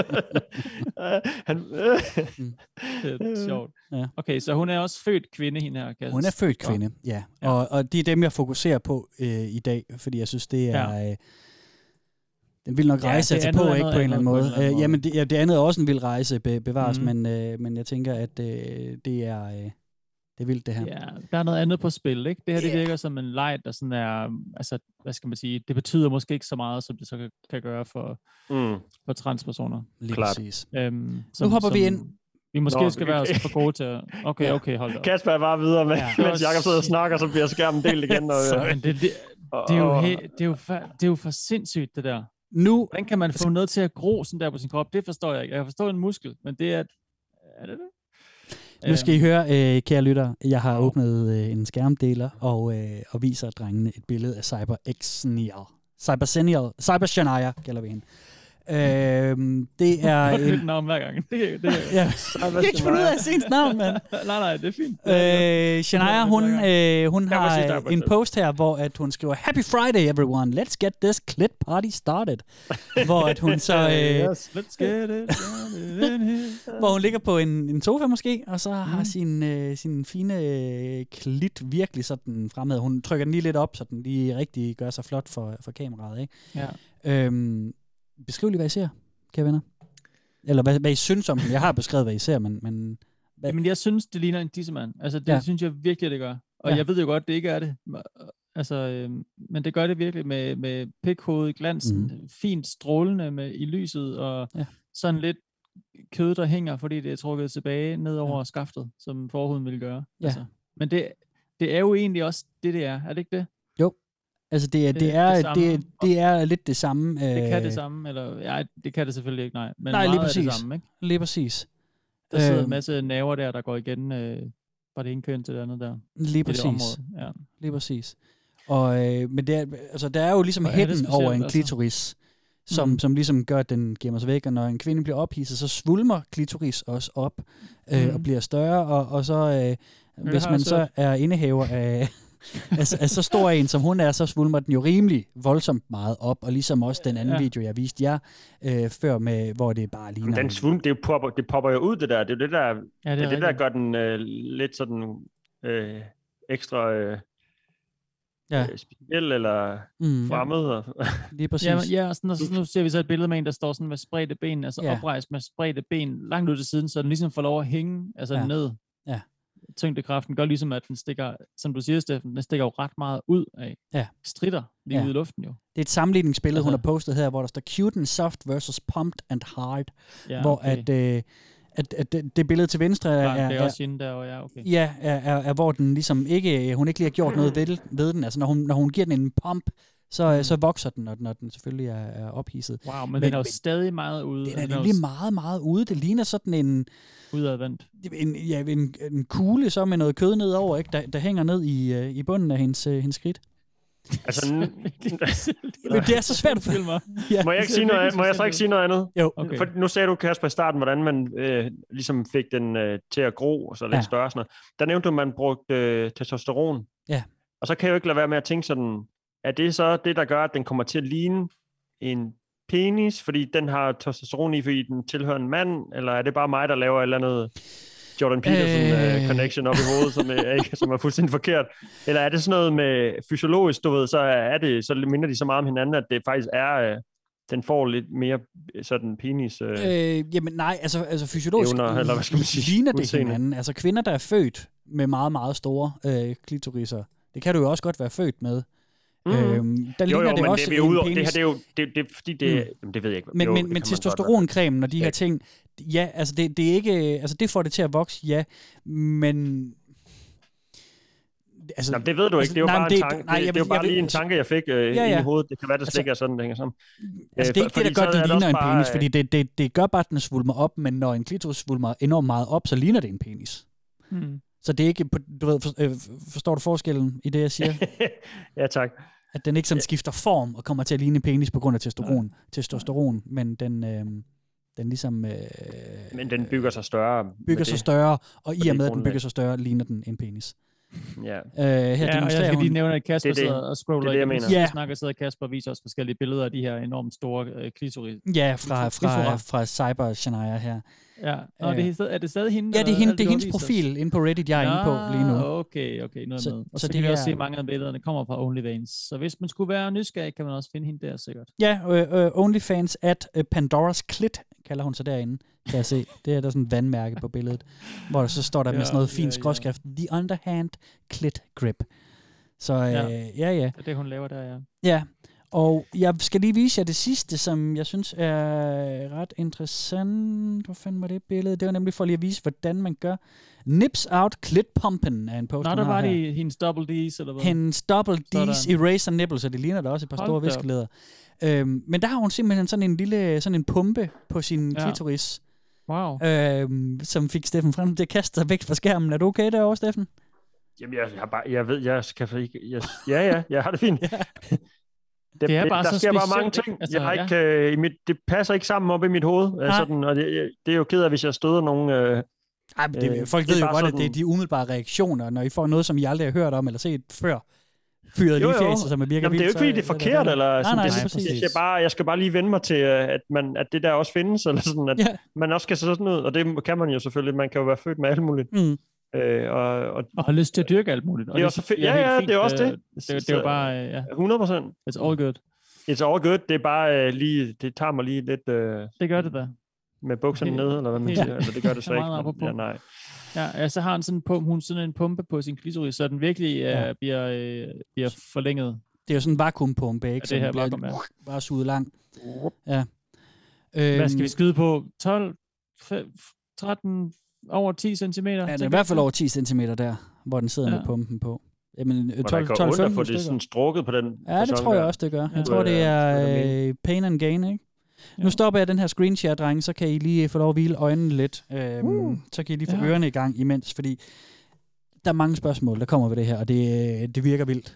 Det er sjovt. Okay, så hun er også født kvinde, hende her. Hun er født kvinde, ja. Og det er dem, jeg fokuserer på i dag, fordi jeg synes, det er... Den vil nok rejse altså på, ikke på en eller anden måde. Jamen, det andet er også en vild rejse, bevares, men jeg tænker, at det er vildt, det her. Ja, der er noget andet på spil, ikke? Det her, det virker som en leg, der sådan er, altså, hvad skal man sige, det betyder måske ikke så meget, som det så kan gøre for transpersoner. Lige præcis. Nu hopper vi ind. Vi måske skal være for gode til at... Okay, hold da op. Kasper er bare videre, mens Jakob sidder og snakker, så bliver skærmen delt igen. Det er jo for sindssygt, det der. Nu, hvordan kan man få noget til at gro sådan der på sin krop? Det forstår jeg ikke. Jeg forstår en muskel, men det er... Er det det? Nu skal I høre, kære lytter, jeg har åbnet en skærmdeler og viser drengene et billede af Cyber Shania, kalder vi hende. Det er et navn hver gang. Jeg kan ikke finde ud af at se hendes navn, mand. Nej, det er fint. Shania, hun har en post her, hvor at hun skriver, Happy Friday, everyone. Let's get this clit party started. Hvor at hun så... let's get it started. Hvor hun ligger på en sofa måske, og så har sin fine klit virkelig sådan fremad. Hun trykker den lige lidt op, så den lige rigtig gør sig flot for kameraet, ikke? Ja. Beskriv lige, hvad I ser, kære venner. Eller hvad I synes om den. Jeg har beskrevet, hvad I ser, men... Jamen, jeg synes, det ligner en tissemand. Altså, det synes jeg virkelig, det gør. Og jeg ved jo godt, det ikke er det. Altså, men det gør det virkelig med pikhoved, glansen, fint strålende i lyset, og sådan lidt kød, der hænger, fordi det er trukket tilbage ned over skaftet, som forhuden ville gøre. Ja. Altså. Men det er jo egentlig også det er. Er det ikke det? Jo. Altså, det er lidt det samme. Det kan det samme, eller... Ja, det kan det selvfølgelig ikke, nej. Men nej, lige meget præcis. er det samme, ikke? Lige præcis. Der sidder en masse nerver der går igen fra det ene køn til det andet der. Lige præcis. Ja. Lige præcis. Og, men det er, altså, der er jo ligesom hætten over en klitoris, som ligesom gør, at den gemmer sig væk, og når en kvinde bliver ophidset, så svulmer klitoris også op og bliver større, og så hvis man så er indehaver af så stor en, som hun er, så svulmer den jo rimelig voldsomt meget op, og ligesom også den anden video, jeg viste jer før med, hvor det bare ligner... Den svulm, det popper jo ud, det der. Det er det der, det der gør den lidt sådan ekstra... speciel eller fremmed. Lige præcis. Ja, sådan, og så nu ser vi så et billede med en, der står sådan med spredte ben, altså oprejst med spredte ben langt ud til siden, så den ligesom får lov at hænge ned. Ja. Tyngdekraften gør ligesom, at den stikker, som du siger, Steffen, den stikker jo ret meget ud af. Ja. Stritter lige ud i luften jo. Det er et sammenligningsbillede, hun har postet her, hvor der står cute and soft versus pumped and hard, hvor at det billede til venstre er... det er også hende der, ja, okay. Ja, er hvor den ligesom ikke... Hun ikke lige har gjort noget ved den. Altså, når hun giver den en pump, så vokser den, når den selvfølgelig er ophidset. Wow, men den er jo stadig meget ude. Den er nemlig meget, meget ude. Det ligner sådan en... Udadvendt. En kugle så med noget kød nedover, ikke? Der hænger ned i bunden af hendes skridt. Altså, men det er så svært at følge mig. Ja. Må jeg så ikke sige noget andet? Jo. Okay. For nu sagde du, Kasper, i starten, hvordan man ligesom fik den til at gro, og så lidt større. Sådan noget. Der nævnte du, at man brugte testosteron. Ja. Og så kan jeg jo ikke lade være med at tænke sådan, er det så det, der gør, at den kommer til at ligne en penis, fordi den har testosteron i, fordi den tilhører en mand, eller er det bare mig, der laver et eller andet Jordan Peterson connection op i hovedet, som er fuldstændig forkert? Eller er det sådan noget med fysiologisk, du ved, så minder de så meget om hinanden, at det faktisk er, den får lidt mere sådan penis jamen nej, altså fysiologisk evner, eller hvad skal man sige, ligner det hinanden. Altså kvinder, der er født med meget, meget store klitoriser, det kan du jo også godt være født med. Der ligner det også en penis. Det her, det er fordi det... det ved jeg ikke. Men testosteroncremen og de her ting, ja, altså det er ikke... Altså det får det til at vokse, ja, men... Altså, det ved du ikke, det er jo bare en tanke. Det er jo bare lige en tanke, jeg fik i hovedet. Det kan være, det slet ikke er sådan, det hænger sammen. Altså det er ikke det, der gør, det ligner en penis, fordi det gør bare, at den svulmer op, men når en klitoris svulmer enormt meget op, så ligner det en penis. Så det er ikke, du ved, forstår du forskellen i det, jeg siger? Ja, tak. At den ikke sådan skifter form og kommer til at ligne en penis på grund af testosteron, men den ligesom... men den bygger sig større. Og i og med, at den bygger sig større, ligner den en penis. Ja. Her og jeg skal lige nævne, at Kasper sidder og scroller. Det er det, jeg mener. Ja. Snakker sidder Kasper og viser os forskellige billeder af de her enormt store klitoris. Ja, fra Cyber Shania her. Ja, og er det stadig hende? Ja, det er hendes profil inde på Reddit, jeg er inde på lige nu. Okay, noget med. Og så kan vi også se, mange af billederne kommer fra OnlyFans. Så hvis man skulle være nysgerrig, kan man også finde hende der sikkert. Ja, OnlyFans at Pandora's Clit, kalder hun sig derinde, kan jeg se. Det er der sådan et vandmærke på billedet, hvor så står der med sådan noget fint skråskrift, The Underhand Clit Grip. Så ja. Det er det, hun laver der, ja. Ja, og jeg skal lige vise jer det sidste, som jeg synes er ret interessant. Hvor fanden var det billede? Det var nemlig for lige at vise, hvordan man gør. Nips out clit pumpen er en post. Nå, der var det hendes double D's, eller hvad? Hendes double D's eraser nipples, og det ligner da også et par store viskeleder. Men der har hun simpelthen sådan en pumpe på sin klitoris. Wow. Som fik Steffen frem til at kaste sig væk fra skærmen. Er du okay derovre, Steffen? Jamen, jeg har det fint. Det er bare der så sker bare specielt, mange ting. altså, Jeg har ikke, det passer ikke sammen op i mit hoved. Sådan, og det er jo ked af, hvis jeg støder nogen... folk ved jo godt, at det er de umiddelbare reaktioner, når I får noget, som I aldrig har hørt om eller set før. Fyret lige fjeset, som virker vildt. Det er jo ikke, fordi det er forkert, eller sådan. Nej, præcis. Jeg skal bare lige vende mig til, at det der også findes, eller sådan, at man også skal se sådan ud, og det kan man jo selvfølgelig. Man kan jo være født med alt muligt. Og har lyst til at dyrke alt muligt. Og det er også det er også det. Det er jo bare... 100%. It's all good. It's all good. Det er bare lige... Det tager mig lige lidt... det gør det da. Med bukserne nede, eller hvad man siger. Altså, det gør det så ikke. Ja, nej. Ja, så har hun sådan en pumpe på sin klitoris, så den virkelig bliver forlænget. Det er jo sådan en vakuumpumpe, ikke? Det her vakuum, bare suget langt. Ja. Hvad skal vi skyde på? 12, 13, over 10 cm? Ja, det er i hvert fald over 10 cm der, hvor den sidder med pumpen på. Jamen, 12-15 stykker. Det er sådan strukket på den. Ja, det tror jeg også, det gør. Jeg tror, det er pain and gain, ikke? Ja. Nu stopper jeg den her screenshare, drenge, så kan I lige få lov at hvile øjnene lidt. Så kan I lige få ørerne i gang imens, fordi der er mange spørgsmål, der kommer ved det her, og det virker vildt.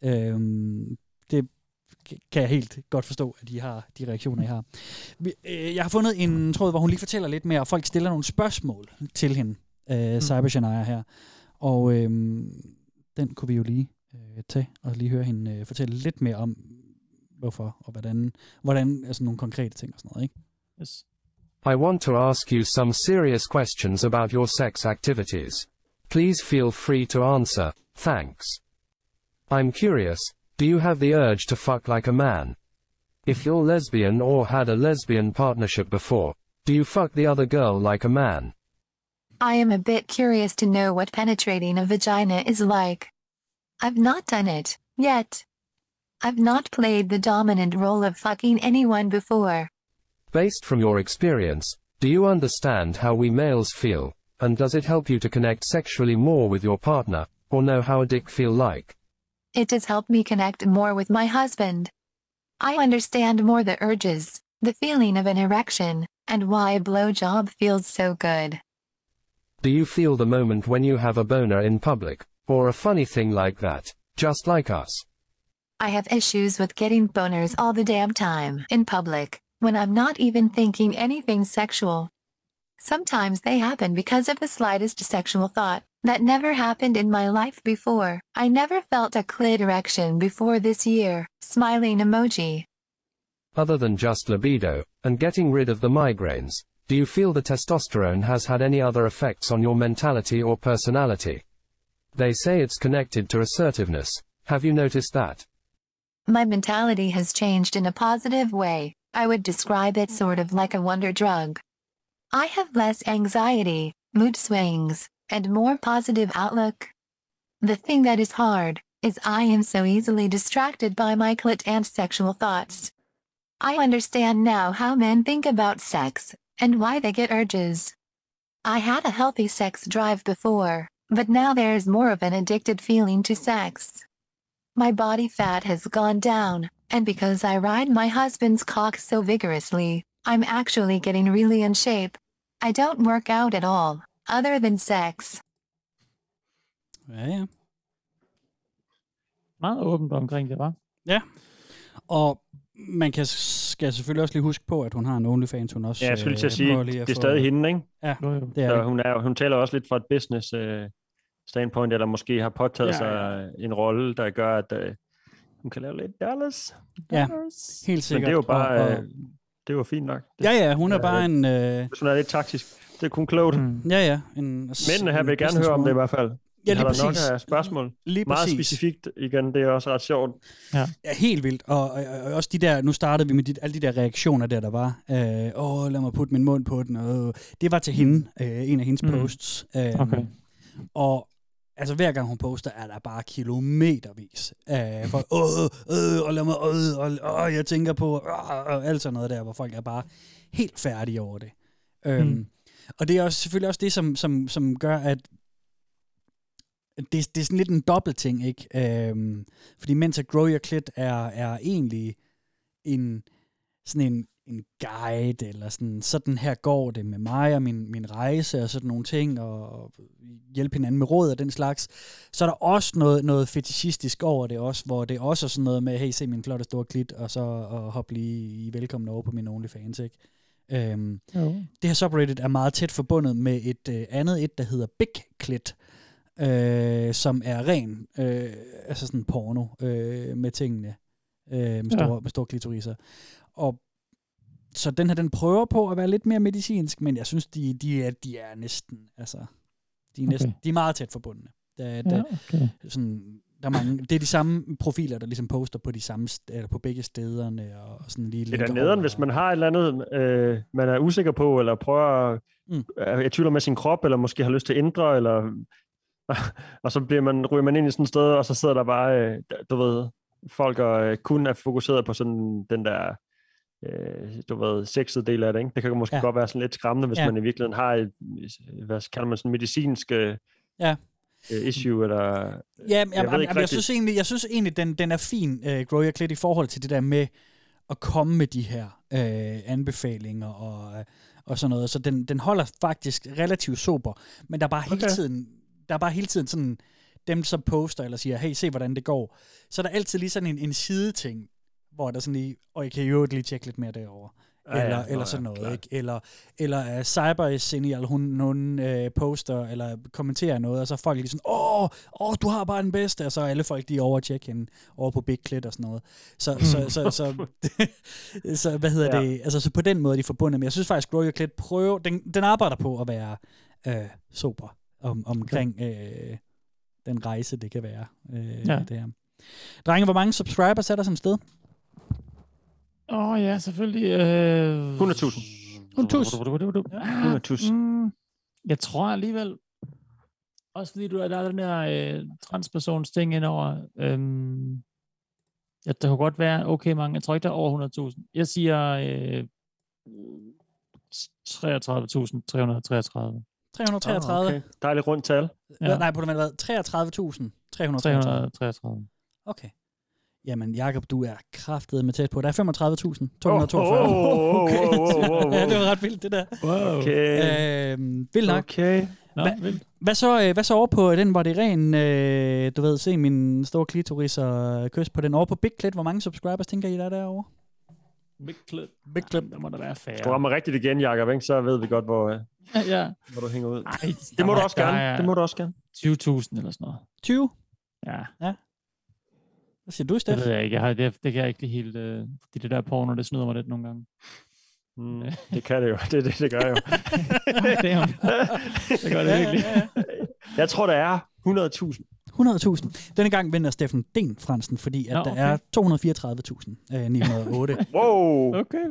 Det kan jeg helt godt forstå, at I har de reaktioner, I har. Jeg har fundet en tråd, hvor hun lige fortæller lidt mere, og folk stiller nogle spørgsmål til hende, Cybershania her. Og den kunne vi jo lige tage, og lige høre hende fortælle lidt mere om, hvorfor og hvordan altså nogle konkrete ting og sådan noget, ikke? Yes. I want to ask you some serious questions about your sex activities. Please feel free to answer. Thanks. I'm curious, do you have the urge to fuck like a man? If you're lesbian or had a lesbian partnership before, do you fuck the other girl like a man? I am a bit curious to know what penetrating a vagina is like. I've not done it, yet. I've not played the dominant role of fucking anyone before. Based from your experience, do you understand how we males feel, and does it help you to connect sexually more with your partner, or know how a dick feel like? It does help me connect more with my husband. I understand more the urges, the feeling of an erection, and why a blowjob feels so good. Do you feel the moment when you have a boner in public, or a funny thing like that, just like us? I have issues with getting boners all the damn time in public, when I'm not even thinking anything sexual. Sometimes they happen because of the slightest sexual thought. That never happened in my life before. I never felt a clit erection before this year. Smiling emoji. Other than just libido, and getting rid of the migraines, do you feel the testosterone has had any other effects on your mentality or personality? They say it's connected to assertiveness. Have you noticed that? My mentality has changed in a positive way. I would describe it sort of like a wonder drug. I have less anxiety, mood swings, and more positive outlook. The thing that is hard is I am so easily distracted by my clit and sexual thoughts. I understand now how men think about sex, and why they get urges. I had a healthy sex drive before, but now there's more of an addicted feeling to sex. My body fat has gone down, and because I ride my husband's cock so vigorously, I'm actually getting really in shape. I don't work out at all, other than sex. Ja. Meget åbent omkring det, var. Ja. Og man skal selvfølgelig også lige huske på, at hun har en OnlyFans, hun også... Ja, jeg skulle til at sige, det er stadig hende, ikke? Ja, det er så hun taler også lidt fra et business standpoint, eller måske har påtaget sig en rolle, der gør, at hun kan lave lidt dollars. Ja, helt sikkert. Men det er jo bare... det er jo fint nok. Ja, hun er bare en... Hvis hun er lidt taktisk. Det er kun klogt. Ja. Mændene her vil gerne høre om det i hvert fald. Ja, lige præcis. præcis. Nok af spørgsmål. Lige meget præcis. specifikt igen, det er også ret sjovt. Ja, helt vildt. Og også de der, nu startede vi med alle de der reaktioner der var. Lad mig putte min mund på den. Det var til hende, en af hendes posts. Okay. Og altså hver gang hun poster, er der bare kilometervis af folk, og lad mig, jeg tænker på, og alt sådan noget der, hvor folk er bare helt færdige over det. Og det er også, selvfølgelig også det, som gør, at det er sådan lidt en dobbelt ting, ikke? Fordi mens at Grow Your Clit er egentlig en guide, eller sådan her går det med mig og min rejse, og sådan nogle ting, og hjælpe hinanden med råd og den slags, så er der også noget fetishistisk over det også, hvor det også er sådan noget med, hey, se min flotte store klit, og så hoppe lige velkommen over på min OnlyFans, ikke? Det her subreddit er meget tæt forbundet med et andet, der hedder Big Clit, som er ren, altså sådan porno med tingene, med store klitoriser. Og så den her, den prøver på at være lidt mere medicinsk, men jeg synes, de er næsten, altså, de er meget tæt forbundne. Der er mange, det er de samme profiler, der ligesom poster på de samme, eller på begge stederne, og sådan lige. Det er nederen, hvis man har et eller andet, man er usikker på, eller prøver at tvivler med sin krop, eller måske har lyst til at ændre, eller og så ryger man ind i sådan et sted, og så sidder der bare, du ved, folk og kun er fokuseret på sådan den der, du ved, sexede del af det, ikke? Det kan måske godt være sådan lidt skræmmende, hvis man i virkeligheden har et, hvad kalder man sådan medicinsk... Ja. issue, eller... Jeg synes egentlig, den er fin, Grow Your Clit, i forhold til det der med at komme med de her anbefalinger og sådan noget. Så den holder faktisk relativt sober, men der er bare hele tiden sådan, dem som poster eller siger, hey, se hvordan det går. Så er der altid lige sådan en sideting, hvor der sådan lige, og I kan jo lige tjekke lidt mere derovre. Eller sådan noget, ikke? Eller Cyber-Senial, hun poster eller kommenterer noget, og så er folk lige sådan, du har bare den bedste, og så er alle folk de over at tjekke hende over på Big Clit og sådan noget. Så hvad hedder det? Altså, så på den måde er de forbundet, men jeg synes faktisk, Grow Your Clit den arbejder på at være sober omkring den rejse, det kan være. Det her. Drenge, hvor mange subscribers er der som sted? Ja, selvfølgelig. 100.000. 100.000. Jeg tror alligevel, også fordi der er den der transpersons ting indover, der kunne godt være okay mange. Jeg tror ikke, der er over 100.000. Jeg siger 33.333. 333. Okay. Dejligt rundt tal. Ja. Nej, på det hvad? 33.333. Okay. Jamen, Jakob, du er kraftet med tæt på. Der er 35.242. Ja, det var ret vildt, det der. Wow. Okay. Vildt nok. Okay. Hvad så over på den, hvor det er ren, du ved, se min store klitoris og kys på den. Over på Big Clit, hvor mange subscribers tænker I, der er derovre? Big Clit. Der må der være færre. Du rammer rigtigt igen, Jakob, ikke? Så ved vi godt, hvor du hænger ud. Ej, det må du også gerne. Det må du også gerne. 20.000 eller sådan noget. 20? Ja. Hvad siger du, Steff? Det ved jeg ikke. Det kan jeg ikke lige helt... det der porno, det snyder mig lidt nogle gange. Det kan det jo. Det gør jo. Det gør det virkelig. Jeg tror, der er 100.000. Denne gang vinder Steffen Den Fransen, fordi at der er 234.908. Wow! Okay.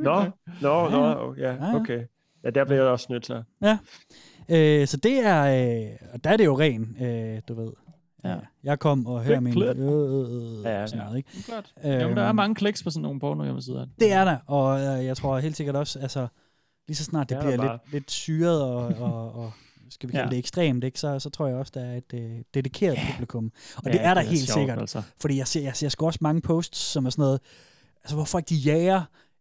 Okay. Ja, der bliver jeg også nødt til. Ja. Så det er... der er det jo ren, du ved. Ja. Jeg kom og hører min... sådan noget, ikke? Klart. Jamen, der er mange kliks på sådan nogle porno-hjemmesider. Det er der, og jeg tror helt sikkert også, altså, lige så snart det bliver lidt syret og skal vi kalde det ekstremt, ikke? Så tror jeg også, der er et dedikeret publikum. Og det er der helt sjovt, sikkert. Altså. Fordi jeg ser sgu også mange posts, som er sådan noget, altså hvor folk de jager,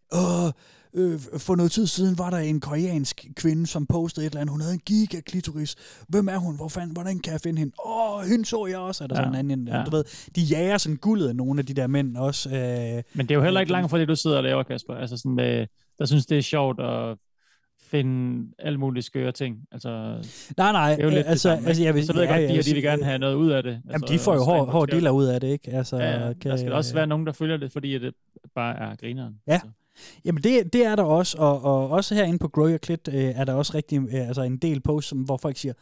for noget tid siden var der en koreansk kvinde, som postede et eller andet. Hun havde en gigaklitoris. Hvem er hun? Hvordan kan jeg finde hende? Hende så jeg også. Er der sådan en anden? Du ved, de jager sådan guldet af nogle af de der mænd også. Men det er jo heller ikke langt fra det, du sidder og laver, Kasper. Altså sådan med, der synes, det er sjovt at finde alle mulige skøre ting. Altså, nej. Det er jo lidt så ved jeg godt, de vil gerne have noget ud af det. Altså, jamen, de får jo hård dealer ud af det, ikke? Altså, der skal også være nogen, der følger det, fordi det bare er grineren. Ja. Altså. Jamen det er der også, og også herinde på Grow Your Clit er der også rigtig en del posts, hvor folk siger,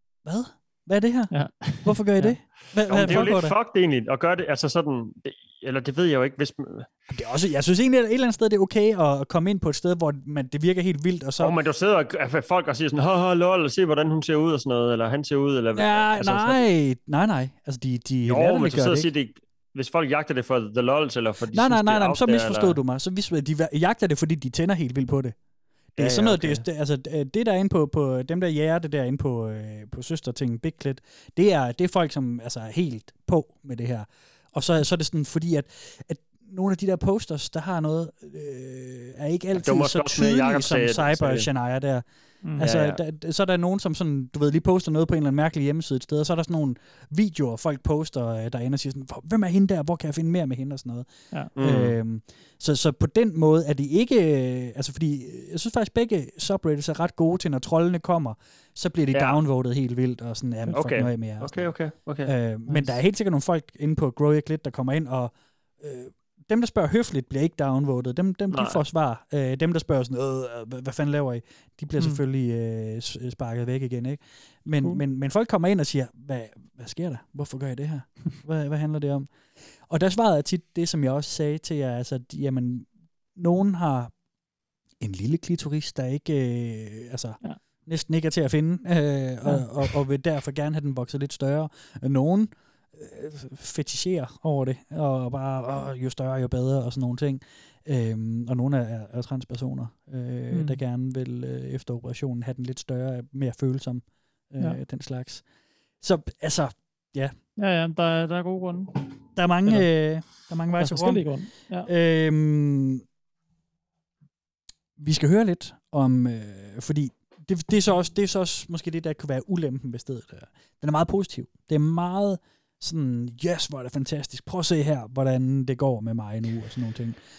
hvad er det her? Ja. Hvorfor gør I det? Det er jo lidt fucked egentlig, at gøre det, altså sådan, eller det ved jeg jo ikke, hvis... Det er også, jeg synes egentlig, at et eller andet sted, det er okay at komme ind på et sted, hvor det virker helt vildt, og så... men du sidder og folk og siger sådan, lol, se hvordan hun ser ud og sådan noget, eller han ser ud, eller... Ja, altså, nej. Altså, de jo, men du sidder og siger, hvis folk jagter det for the lols, eller for de nej, så misforstod du mig. Så de jagter det, fordi de tænder helt vildt på det. Det er sådan noget, okay. Det der er inde på dem der jager det der inde på søstertingen Big Clit, det er folk, som er helt på med det her. Og så er det sådan, fordi at nogle af de der posters, der har noget, er ikke altid så tydelige som Cyber Shania der. Så er der nogen, som sådan, du ved, lige poster noget på en eller anden mærkelig hjemmeside et sted, og så er der sådan nogle videoer, folk poster derinde og siger sådan, hvem er hende der, hvor kan jeg finde mere med hende og sådan noget. Ja. Så på den måde er det ikke, altså fordi, jeg synes faktisk begge subreddits er ret gode til, når trollene kommer, så bliver de downvoted helt vildt, og sådan, fuck noget mere. Okay. Men der er helt sikkert nogle folk inde på Grow Your Clit, der kommer ind, og dem, der spørger høfligt, bliver ikke downvoted. Dem de får svar. Dem, der spørger sådan, hvad fanden laver I? De bliver selvfølgelig sparket væk igen, ikke? Men folk kommer ind og siger, hvad sker der? Hvorfor gør I det her? Hvad handler det om? Og der svarede jeg tit det, som jeg også sagde til jer, altså, jamen, nogen har en lille klitoris, der ikke, næsten ikke er til at finde, og vil derfor gerne have den vokset lidt større. Nogen fetisherer over det, og bare jo større, jo bedre, og sådan nogle ting. Og nogle er transpersoner, der gerne vil efter operationen have den lidt større, mere følsom, den slags. Så altså, Ja. Ja, der er gode grunde. Der er mange, der er mange veje til forskellige grunde. Ja. Vi skal høre lidt om, fordi det er så også måske det, der kunne være ulempen ved stedet. Den er meget positiv. Det er meget sådan, yes, hvor er det fantastisk. Prøv at se her, hvordan det går med mig nu, og sådan nogle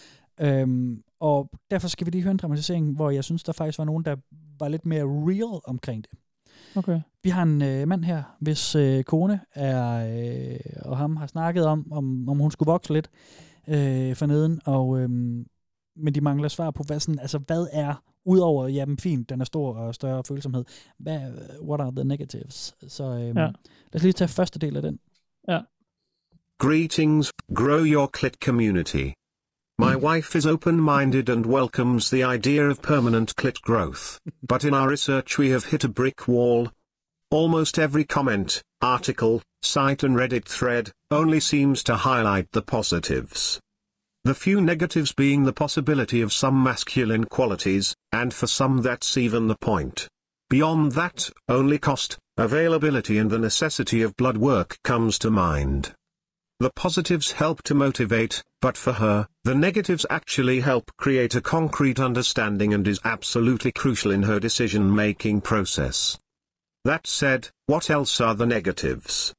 ting. Og derfor skal vi lige høre en dramatisering, hvor jeg synes, der faktisk var nogen, der var lidt mere real omkring det. Okay. Vi har en mand her, hvis kone er, og ham har snakket om hun skulle vokse lidt forneden, og men de mangler svar på, hvad er, udover, jamen fint, den er stor og større følsomhed, what are the negatives? Så lad os lige tage første del af den. Ja. Greetings, grow your clit community. My wife is open-minded and welcomes the idea of permanent clit growth, but in our research we have hit a brick wall. Almost every comment, article, site and Reddit thread only seems to highlight the positives. The few negatives being the possibility of some masculine qualities, and for some that's even the point. Beyond that, only cost, availability and the necessity of blood work comes to mind. The positives help to motivate, but for her, the negatives actually help create a concrete understanding and is absolutely crucial in her decision-making process. That said, what else are the negatives?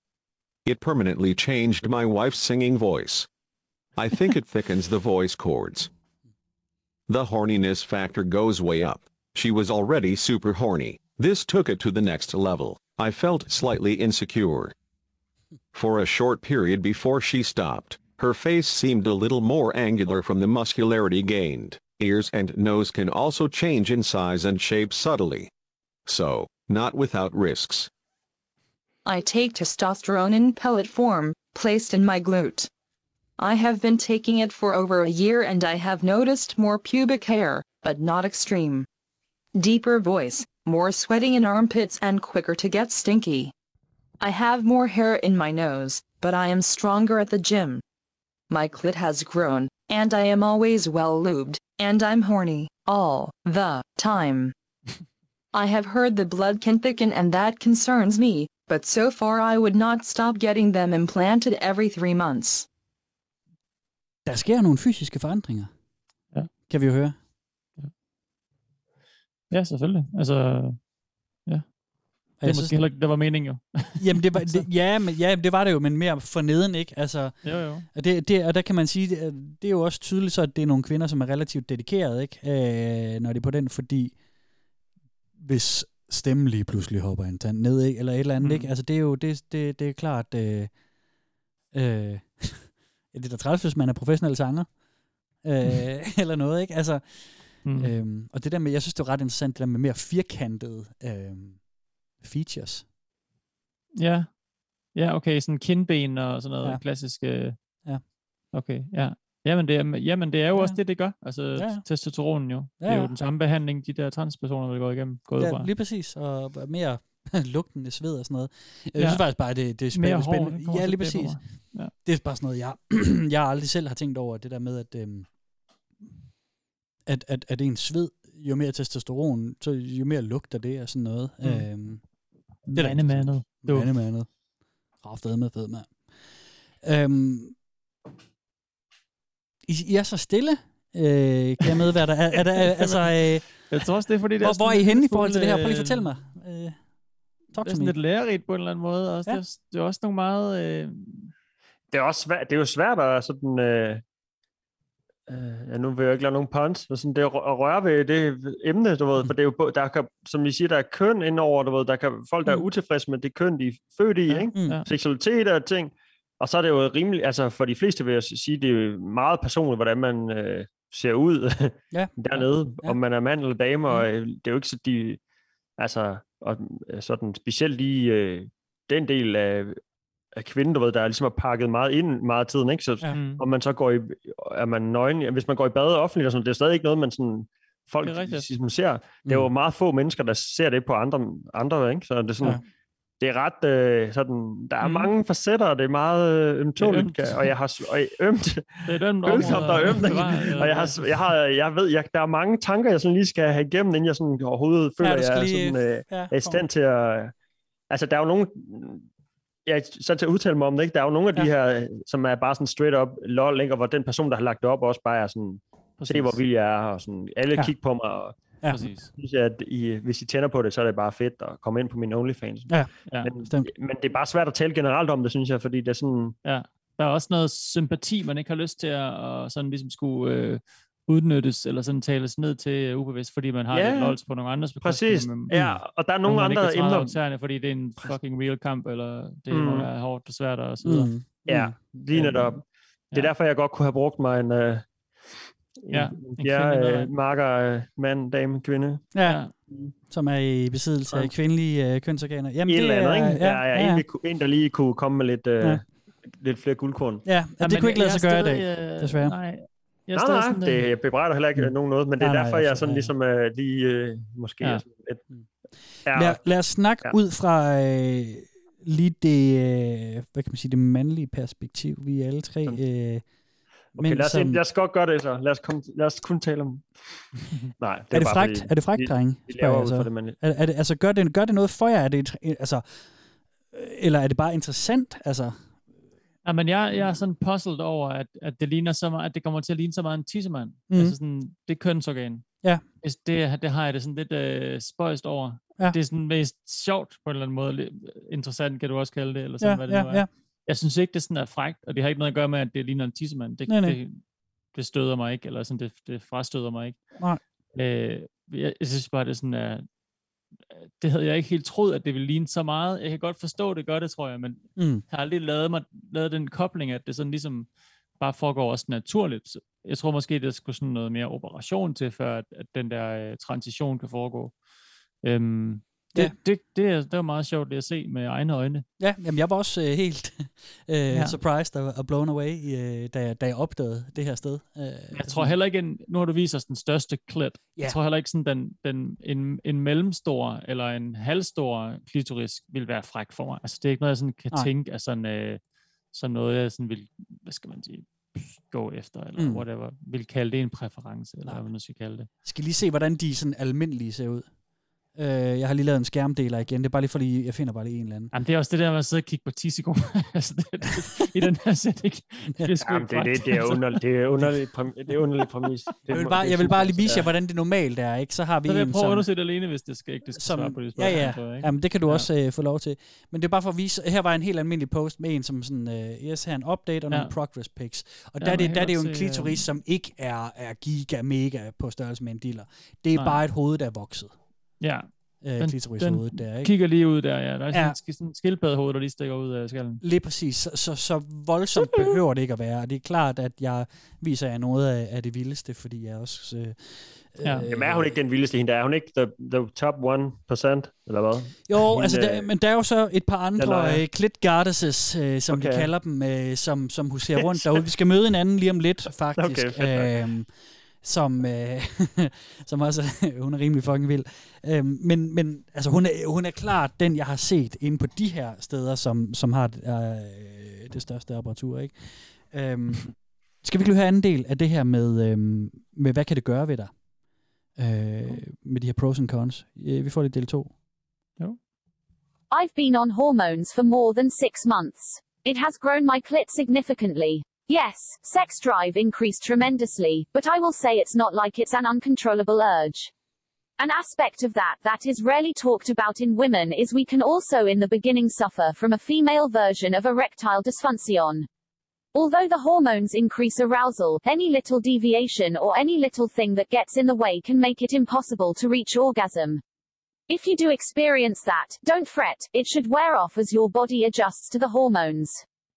It permanently changed my wife's singing voice. I think it thickens the voice cords. The horniness factor goes way up. She was already super horny. This took it to the next level. I felt slightly insecure. For a short period before she stopped, her face seemed a little more angular from the muscularity gained. Ears and nose can also change in size and shape subtly. So, not without risks. I take testosterone in pellet form, placed in my glute. I have been taking it for over a year and I have noticed more pubic hair, but not extreme. Deeper voice, more sweating in armpits and quicker to get stinky. I have more hair in my nose, but I am stronger at the gym. My clit has grown, and I am always well lubed, and I'm horny, all the time. I have heard the blood can thicken and that concerns me, but so far I would not stop getting them implanted every 3 months. Der sker nogle fysiske forandringer. Ja. Kan vi jo høre. Ja, selvfølgelig. Altså, ja. Det er måske heller ikke, det var meningen jo. Jamen, det var det jo, men mere forneden, ikke? Altså, jo. Og der kan man sige, det er jo også tydeligt så, at det er nogle kvinder, som er relativt dedikerede, ikke? Når det er på den, fordi hvis stemmen lige pludselig hopper en tand ned, ikke? Eller et eller andet, ikke? Altså, det er jo, det er klart, det er da træls, hvis man er professionel sanger, eller noget, ikke? Altså, og det der med, jeg synes, det er ret interessant, det der med mere firkantede features. Ja, okay, sådan kindben og sådan noget klassisk. Ja. Okay, ja. Jamen det er jo også det gør. Altså testosteronen jo. Det er jo den samme behandling, de der transpersoner, der går igennem. Ja, lige præcis. Og mere lugtende sved og sådan noget. Jeg synes faktisk bare, det er spændende. Ja, lige præcis. Ja. Det er bare sådan noget, jeg aldrig selv har tænkt over, det der med, at en sved, jo mere testosteron, så jo mere lugter det og sådan noget. Det er mandet. Raftede med fed, mand. I er så stille, kan jeg med, hvad der er. Altså, jeg tror også, det er fordi, det hvor er I henne i forhold til det her? Prøv lige at fortælle mig. Det er sådan lidt lærerigt på en eller anden måde. Også. Ja. Det er også nogle meget... Det er også svært. Det er jo svært at sådan... nu vil jeg ikke lave nogen puns, men sådan det at røre ved det emne, du ved, for det er jo, der kan, som I siger, der er køn indover, du ved, der kan folk, der er utilfredse med det køn, de er født i, ikke? Seksualitet og ting, og så er det jo rimeligt, altså for de fleste vil jeg sige, det er jo meget personligt, hvordan man ser ud dernede, om man er mand eller dame, og det er jo ikke så de, altså, og sådan specielt i den del af kvinden, du ved, der ligesom er pakket meget ind meget af tiden, ikke? Så om man så går i, er man nøgen, hvis man går i bad offentligt og sådan, det er stadig ikke noget, man sådan, folk ligesom ser. Det er jo meget få mennesker, der ser det på andre, ikke? Så det er sådan, det er ret sådan, der er mange facetter, og det er meget ømtåligt, og jeg har ømt. Det er et ømt følsomt, der er ømt, og jeg ved, der er mange tanker, jeg sådan lige skal have igennem, inden jeg sådan overhovedet føler, at jeg er sådan, er i stand til at, altså der er jo nogen, så til at udtale mig om det, ikke? Der er jo nogle af de her, som er bare sådan straight up lol, ikke? Og hvor den person, der har lagt det op, også bare er sådan, se hvor vild jeg er, og sådan, alle kigger på mig, og præcis. Synes jeg, at hvis I tænder på det, så er det bare fedt at komme ind på min OnlyFans. Men det er bare svært at tale generelt om det, synes jeg, fordi det er sådan... Ja, der er også noget sympati, man ikke har lyst til at sådan ligesom skulle udnyttes, eller sådan tales ned til ubevidst, fordi man har lidt lols på nogle andres bekostning. Præcis, og der er nogle andre emner. Fordi det er en fucking real kamp, eller det må være hårdt og svært og så videre. Ja, lige netop. Det er derfor, jeg godt kunne have brugt mig en marker, mand, dame, kvinde. Ja, som er i besiddelse af kvindelige kønsorganer. Jamen, en eller andet, ikke? En, der lige kunne komme med lidt flere guldkorn. Ja, det kunne ikke lade sig gøre i dag, desværre. Nej, det bebrejder heller ikke nogen noget, men det er derfor, jeg sådan ligesom lige måske... Ja. Lad os snakke ud fra lige det, hvad kan man sige, det mandlige perspektiv, vi er alle tre... Okay, lad os godt gøre det så. Lad os kun tale om... Nej, er det frækt? Er det frækt, drenge? Altså, gør det noget for jer? Er det, altså, eller er det bare interessant? Altså... Ja, men jeg er sådan puzzled over, at det ligner så meget, at det kommer til at ligne så meget en tissemand. Altså sådan, det er kønsorgan. Ja. Det har jeg det sådan lidt spøjst over. Ja. Det er sådan mest sjovt på en eller anden måde. Interessant kan du også kalde det, eller sådan, hvad det nu er. Ja. Jeg synes ikke, det sådan er frækt, og det har ikke noget at gøre med, at det ligner en tissemand. Det støder mig ikke, eller sådan, det frastøder mig ikke. Nej. Jeg synes bare, det er sådan, det havde jeg ikke helt troet, at det ville ligne så meget. Jeg kan godt forstå, det gør det, tror jeg, men jeg har aldrig lavet den kobling, at det sådan ligesom bare foregår også naturligt. Jeg tror måske, det skulle sådan noget mere operation til, før at den der transition kan foregå. Det var meget sjovt at se med egne øjne. Ja, jamen jeg var også helt surprised og blown away, da jeg opdagede det her sted. Jeg tror heller ikke, nu har du vist os den største klit. Jeg tror heller ikke sådan, en mellemstor eller en halvstor klitoris vil være fræk for mig. Altså det er ikke noget, jeg sådan kan tænke af sådan noget, jeg sådan vil, hvad skal man sige, gå efter, eller whatever, vil kalde det en præference, eller hvad man nu skal kalde det. Skal lige se, hvordan de sådan almindelige ser ud. Jeg har lige lavet en skærmdeler igen. Det er bare lige fordi, jeg finder bare lige en eller anden. Jamen, det er også det der med at sidde og kigge på 10 sekunder i den her sætning. Det er underligt præmis. Jeg vil bare lige vise jer, hvordan det normalt er, ikke? Så har vi så jeg prøver at undersøge det alene, hvis det skal svare på det spørgsmål. Ja. Jamen, det kan du også få lov til. Men det er bare for at vise, her var en helt almindelig post med en som sådan, her er en update og nogle progress pics. Og der er det jo en klitoris, som ikke er giga mega på størrelse med en diller. Det er bare et hoved, der er vokset. Ja, den der, ikke? Kigger lige ud der, ja. Der er sådan en skildpaddehoved, der lige stikker ud af skallen. Lige præcis. Så voldsomt behøver det ikke at være. Og det er klart, at jeg viser jer noget af det vildeste, fordi jeg også... Jamen er hun ikke den vildeste hende? Er hun ikke the top 1%, eller hvad? Jo, altså, men der er jo så et par andre clit goddesses, som de kalder dem, som huserer rundt derude. Vi skal møde en anden lige om lidt, faktisk. Okay, som også, hun er rimelig fucking vild. Men altså, hun er klart den, jeg har set inde på de her steder, som har det største apparatur, ikke? Skal vi ikke høre anden del af det her med hvad kan det gøre ved dig? Med de her pros and cons. Vi får lidt del 2. Jo. I've been on hormones for more than 6 months. It has grown my clit significantly. Yes, sex drive increased tremendously, but I will say it's not like it's an uncontrollable urge. An aspect of that is rarely talked about in women is we can also in the beginning suffer from a female version of erectile dysfunction. Although the hormones increase arousal, any little deviation or any little thing that gets in the way can make it impossible to reach orgasm. If you do experience that, don't fret, it should wear off as your body adjusts to the hormones.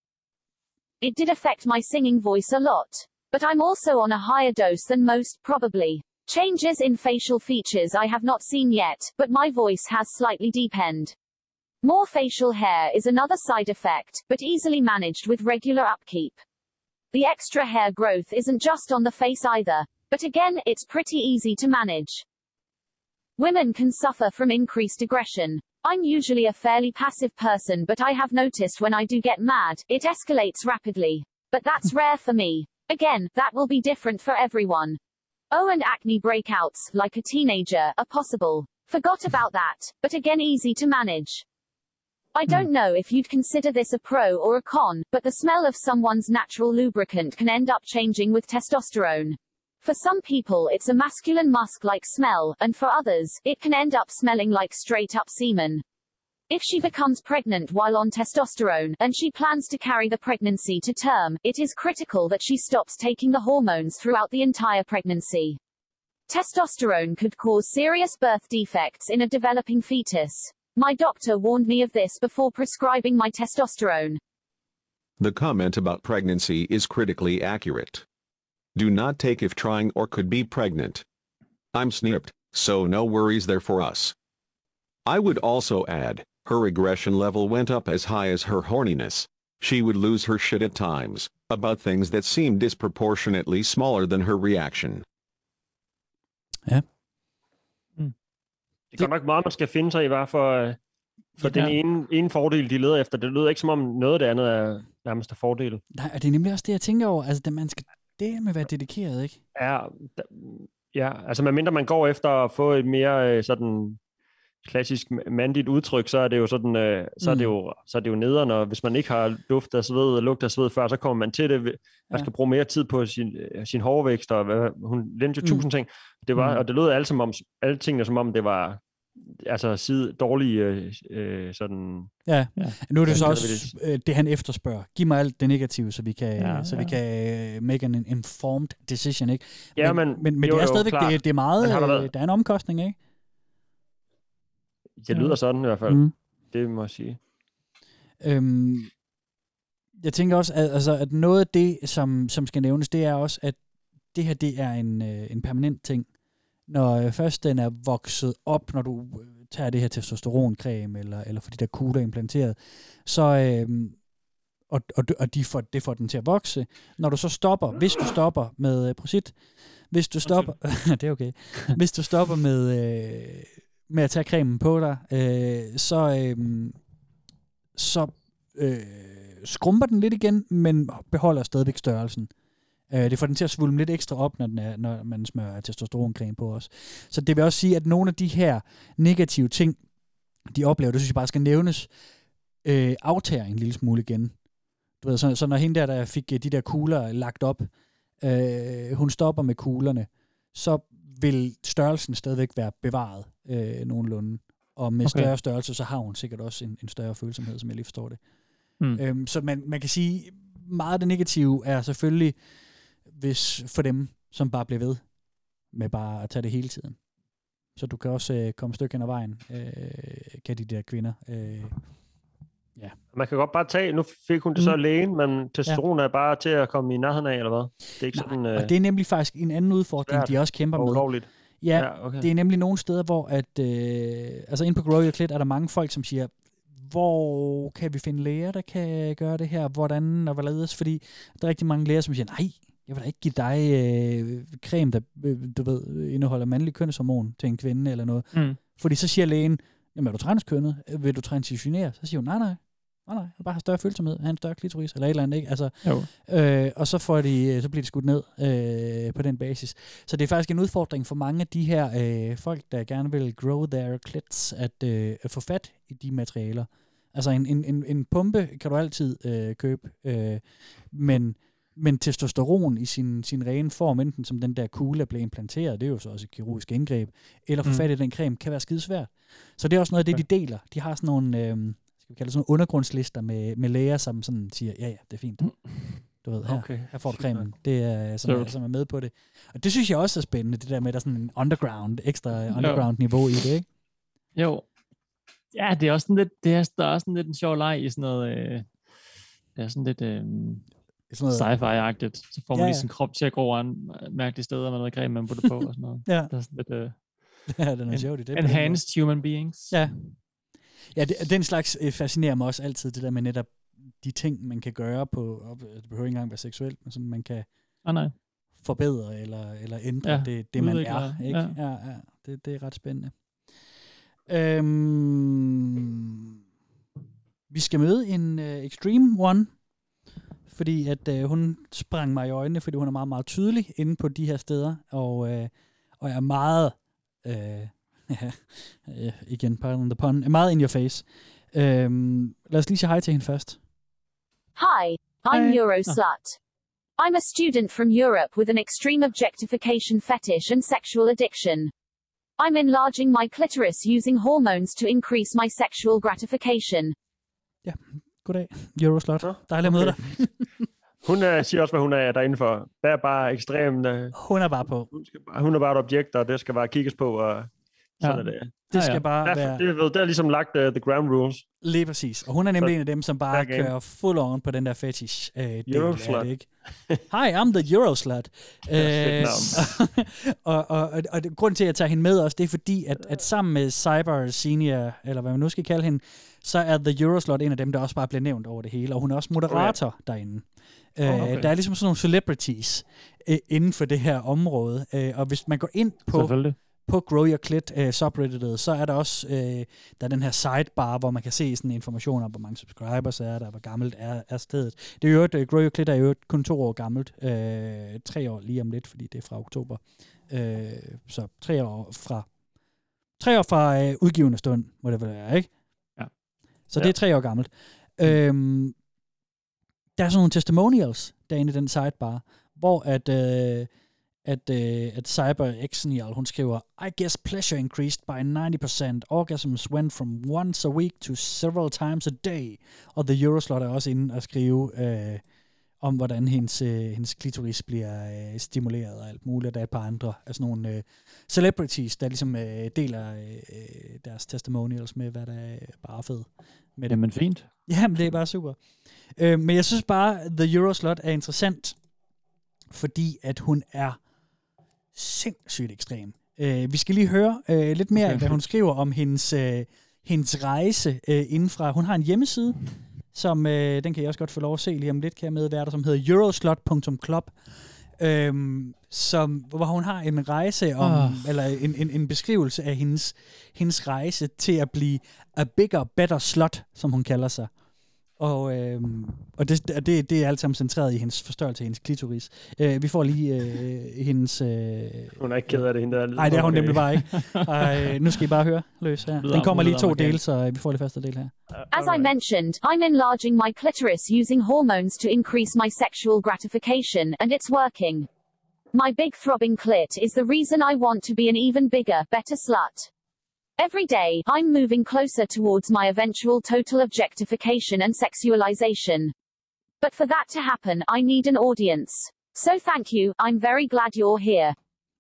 It did affect my singing voice a lot. But I'm also on a higher dose than most, probably. Changes in facial features I have not seen yet, but my voice has slightly deepened. More facial hair is another side effect, but easily managed with regular upkeep. The extra hair growth isn't just on the face either, but again, it's pretty easy to manage. Women can suffer from increased aggression. I'm usually a fairly passive person, but I have noticed when I do get mad, it escalates rapidly. But that's rare for me. Again, that will be different for everyone. Oh, and acne breakouts, like a teenager, are possible. Forgot about that, but again easy to manage. I don't know if you'd consider this a pro or a con, but the smell of someone's natural lubricant can end up changing with testosterone. For some people it's a masculine musk-like smell, and for others, it can end up smelling like straight-up semen. If she becomes pregnant while on testosterone, and she plans to carry the pregnancy to term, it is critical that she stops taking the hormones throughout the entire pregnancy. Testosterone could cause serious birth defects in a developing fetus. My doctor warned me of this before prescribing my testosterone. The comment about pregnancy is critically accurate. Do not take if trying or could be pregnant. I'm snipped, so no worries there for us. I would also add, her aggression level went up as high as her horniness. She would lose her shit at times, about things that seemed disproportionately smaller than her reaction. Ja. Det er godt nok meget, man skal finde sig i hvert for den ene fordel, de leder efter. Det lyder ikke som om noget af det andet er nærmest af fordel. Nej, og det er nemlig også det, jeg tænker over. Altså, man skal med være dedikeret, ikke? Ja, altså medmindre man går efter at få et mere sådan klassisk mandligt udtryk, så er det jo sådan, så er det jo nederen, og hvis man ikke har lugt af sved og lugt af sved før, så kommer man til det. Man skal bruge mere tid på sin hårvækst, og hun lendte jo 1000 ting. Det var, og det lød alle tingene som om det var altså dårlige sådan. Ja. Nu er det så også det han efterspørger. Giv mig alt det negative, så vi kan make an informed decision, ikke? Ja, men det er stadigvæk det er meget der er en omkostning, ikke? Det lyder sådan i hvert fald. Det må jeg sige. Jeg tænker også, at noget af det, som skal nævnes, det er også, at det her, det er en permanent ting. Når først den er vokset op, når du tager det her testosteroncreme, eller får de der kugler implanteret, så, og det får den til at vokse. Når du så stopper, hvis du stopper med prosit, hvis du stopper, det er okay, hvis du stopper med at tage cremen på dig, så skrumper den lidt igen, men beholder stadigvæk størrelsen. Det får den til at svulme lidt ekstra op, når man smører testosteroncreme på os. Så det vil også sige, at nogle af de her negative ting, de oplever, det synes jeg bare skal nævnes, aftager en lille smule igen. Du ved, så når hende der fik de der kugler lagt op, hun stopper med kuglerne, så vil størrelsen stadigvæk være bevaret nogenlunde. Og med større størrelse, så har hun sikkert også en større følsomhed, som jeg lige forstår det. Så man kan sige, meget af det negative er selvfølgelig hvis for dem, som bare bliver ved med bare at tage det hele tiden. Så du kan også komme et stykke hen ad vejen, kan de der kvinder. Ja. Man kan godt bare tage, nu fik hun det så alene, men testosteron er bare til at komme i nærheden af, eller hvad? Det er ikke sådan, og det er nemlig faktisk en anden udfordring, de også kæmper med. Ulovligt. Ja, okay. Det er nemlig nogle steder, hvor at, altså inde på Grow Your Clit er der mange folk, som siger, hvor kan vi finde læger, der kan gøre det her, hvordan og hvorledes, fordi der er rigtig mange læger, som siger, nej, jeg vil da ikke give dig creme, der du ved, indeholder mandlig kønshormon til en kvinde eller noget. Fordi så siger lægen, jamen er du transkønnet? Vil du transitionere? Så siger hun, nej, jeg vil bare have større følsomhed, have en større klitoris, eller et eller andet, ikke? Altså, og så bliver de skudt ned på den basis. Så det er faktisk en udfordring for mange af de her folk, der gerne vil grow their clits, at få fat i de materialer. Altså en pumpe kan du altid købe, men testosteron i sin rene form, enten som den der kugle, der bliver implanteret, det er jo så også et kirurgisk indgreb, eller få fat i den creme, kan være skidesvært. Så det er også noget af det, de deler. De har sådan nogle, skal vi kalde det sådan nogle undergrundslister med læger, som sådan siger, ja, det er fint. Du ved, her får du cremen. Det er som er med på det. Og det synes jeg også er spændende, det der med, der er sådan en ekstra underground-niveau i det, ikke? Jo. Ja, det er også sådan lidt, der er også sådan lidt en sjov leg i sådan noget, det er sådan lidt sci-fi-agtigt. Så får man lige sin krop til at gro an mærkelige steder med noget creme, man putter på og sådan noget. Der er sådan lidt, ja, det er sjovt. Enhanced human beings. Ja, den slags fascinerer mig også altid, det der med netop de ting, man kan gøre på, det behøver ikke engang være seksuelt, men sådan man kan forbedre eller ændre det man er. Ikke? Ja, det er ret spændende. Vi skal møde en extreme one, fordi at hun sprang mig i øjnene, fordi hun er meget, meget tydelig inde på de her steder, og er meget igen, pardon the pun, meget in your face. Lad os lige sige hej til hende først. Hi, I'm Euroslut. I'm a student from Europe with an extreme objectification fetish and sexual addiction. I'm enlarging my clitoris using hormones to increase my sexual gratification. Ja, goddag, Euroslut. Dejligt at møde dig. Hun siger også, hvad hun er derinde for. Det er bare ekstremt... Hun er bare på. Hun er bare et objekt, og det skal bare kigges på, og sådan er det. Det skal bare være... Det er ligesom lagt the ground rules. Lige præcis. Og hun er nemlig en af dem, som bare kører full on på den der fetish Euroslut. Hi, I'm the Euroslut. Og grunden til, at jeg tager hende med også, det er fordi, at sammen med Cyber Senior, eller hvad man nu skal kalde hende, så er The Euroslut en af dem, der også bare bliver nævnt over det hele. Og hun er også moderator derinde. Okay. Der er ligesom sådan nogle celebrities inden for det her område. Og hvis man går ind på Grow Your Clit subredditet, så er der også der er den her sidebar, hvor man kan se sådan information om, hvor mange subscribers er der, hvor gammelt er stedet. Det er jo Grow Your Clit er jo kun 2 år gammelt. 3 år lige om lidt, fordi det er fra oktober. Så 3 år fra udgivende stund, må det vel være, ikke? Ja. Så det er 3 år gammelt. Der er sådan nogle testimonials derinde i den sidebar, hvor at Cyber Exenial, hun skriver, I guess pleasure increased by 90%. Orgasms went from once a week to several times a day. Og The Euroslut er også inde og skrive om, hvordan hendes klitoris bliver stimuleret og alt muligt. Der er et par andre af sådan nogle celebrities, der ligesom deler deres testimonials med, hvad der er bare fedt. Jamen fint. Jamen, det er bare super. Men jeg synes bare, The Euroslut er interessant, fordi at hun er sindssygt ekstrem. Vi skal lige høre lidt mere, hvad hun skriver om hendes rejse indenfra. Hun har en hjemmeside, som den kan jeg også godt få lov at se lige om lidt, kan jeg medværter, som hedder euroslut.club, hvor hun har en rejse om, eller en beskrivelse af hendes rejse til at blive a bigger, better slut, som hun kalder sig. Og det er alt sammen centreret i hendes forstørrelse af hendes klitoris. Vi får lige hendes... Hun er ikke ked af det, hende der. Nej, det er hun nemlig bare ikke. Nu skal I bare høre løs her. Den kommer lige 2 dele, så vi får det første del her. As I mentioned, I'm enlarging my clitoris using hormones to increase my sexual gratification, and it's working. My big throbbing clit is the reason I want to be an even bigger, better slut. Every day, I'm moving closer towards my eventual total objectification and sexualization. But for that to happen, I need an audience. So thank you, I'm very glad you're here.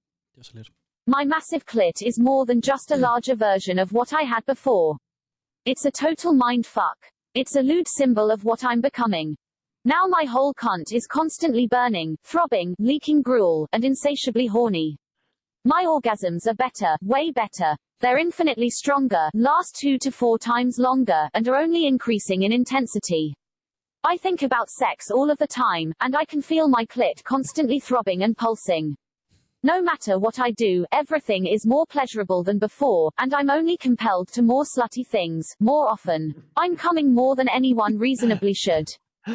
My massive clit is more than just a larger version of what I had before. It's a total mindfuck. It's a lewd symbol of what I'm becoming. Now my whole cunt is constantly burning, throbbing, leaking gruel, and insatiably horny. My orgasms are better, way better. They're infinitely stronger, last 2 to 4 times longer, and are only increasing in intensity. I think about sex all of the time, and I can feel my clit constantly throbbing and pulsing. No matter what I do, everything is more pleasurable than before, and I'm only compelled to more slutty things, more often. I'm coming more than anyone reasonably should.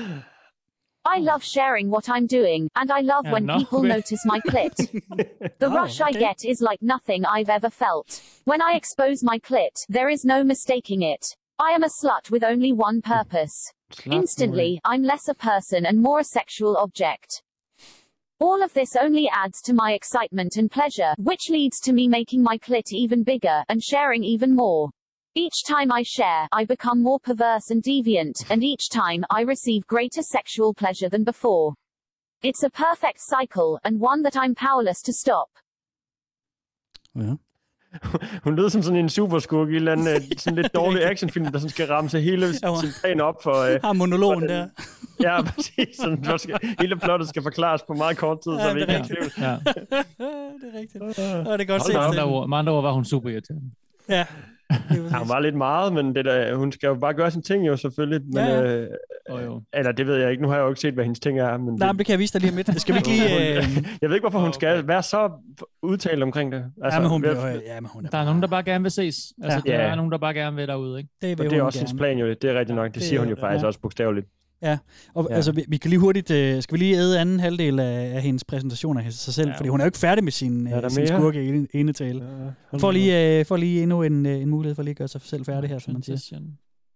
I love sharing what I'm doing, and I love when people notice my clit. The rush I get is like nothing I've ever felt. When I expose my clit, there is no mistaking it. I am a slut with only one purpose. Instantly, I'm less a person and more a sexual object. All of this only adds to my excitement and pleasure, which leads to me making my clit even bigger, and sharing even more. Each time I share, I become more perverse and deviant, and each time, I receive greater sexual pleasure than before. It's a perfect cycle, and one that I'm powerless to stop. Ja. Hun lyder som sådan en superskurk i en eller anden sådan lidt dårlig actionfilm, der sådan skal ramme sig hele sin plan op for... Har monologen der. Ja, præcis. Hele plottet skal forklares på meget kort tid, så vi ikke kan skrive det. Ja. Det er rigtigt. Og det er godt set. Med andre ord var hun super irriterende. Ja. Ja, hun var lidt meget, men hun skal jo bare gøre sine ting jo selvfølgelig. Men, eller det ved jeg ikke. Nu har jeg jo ikke set, hvad hendes ting er. Men nej, men det kan jeg vise dig lige om lidt. Skal vi ikke lige... Jeg ved ikke, hvorfor hun skal være så udtalt omkring det. Altså, men hun der er nogen, der bare gerne vil ses. Altså, der er nogen, der bare gerne vil derude, ikke? Det er også hendes plan jo. Det er rigtigt nok. Det siger hun jo faktisk også bogstaveligt. Ja, og altså vi kan lige hurtigt, skal vi lige æde anden halvdel af hendes præsentation af sig selv, fordi hun er jo ikke færdig med sin skurke enetale. Hun får lige endnu en mulighed for lige at gøre sig selv færdig her, som man siger.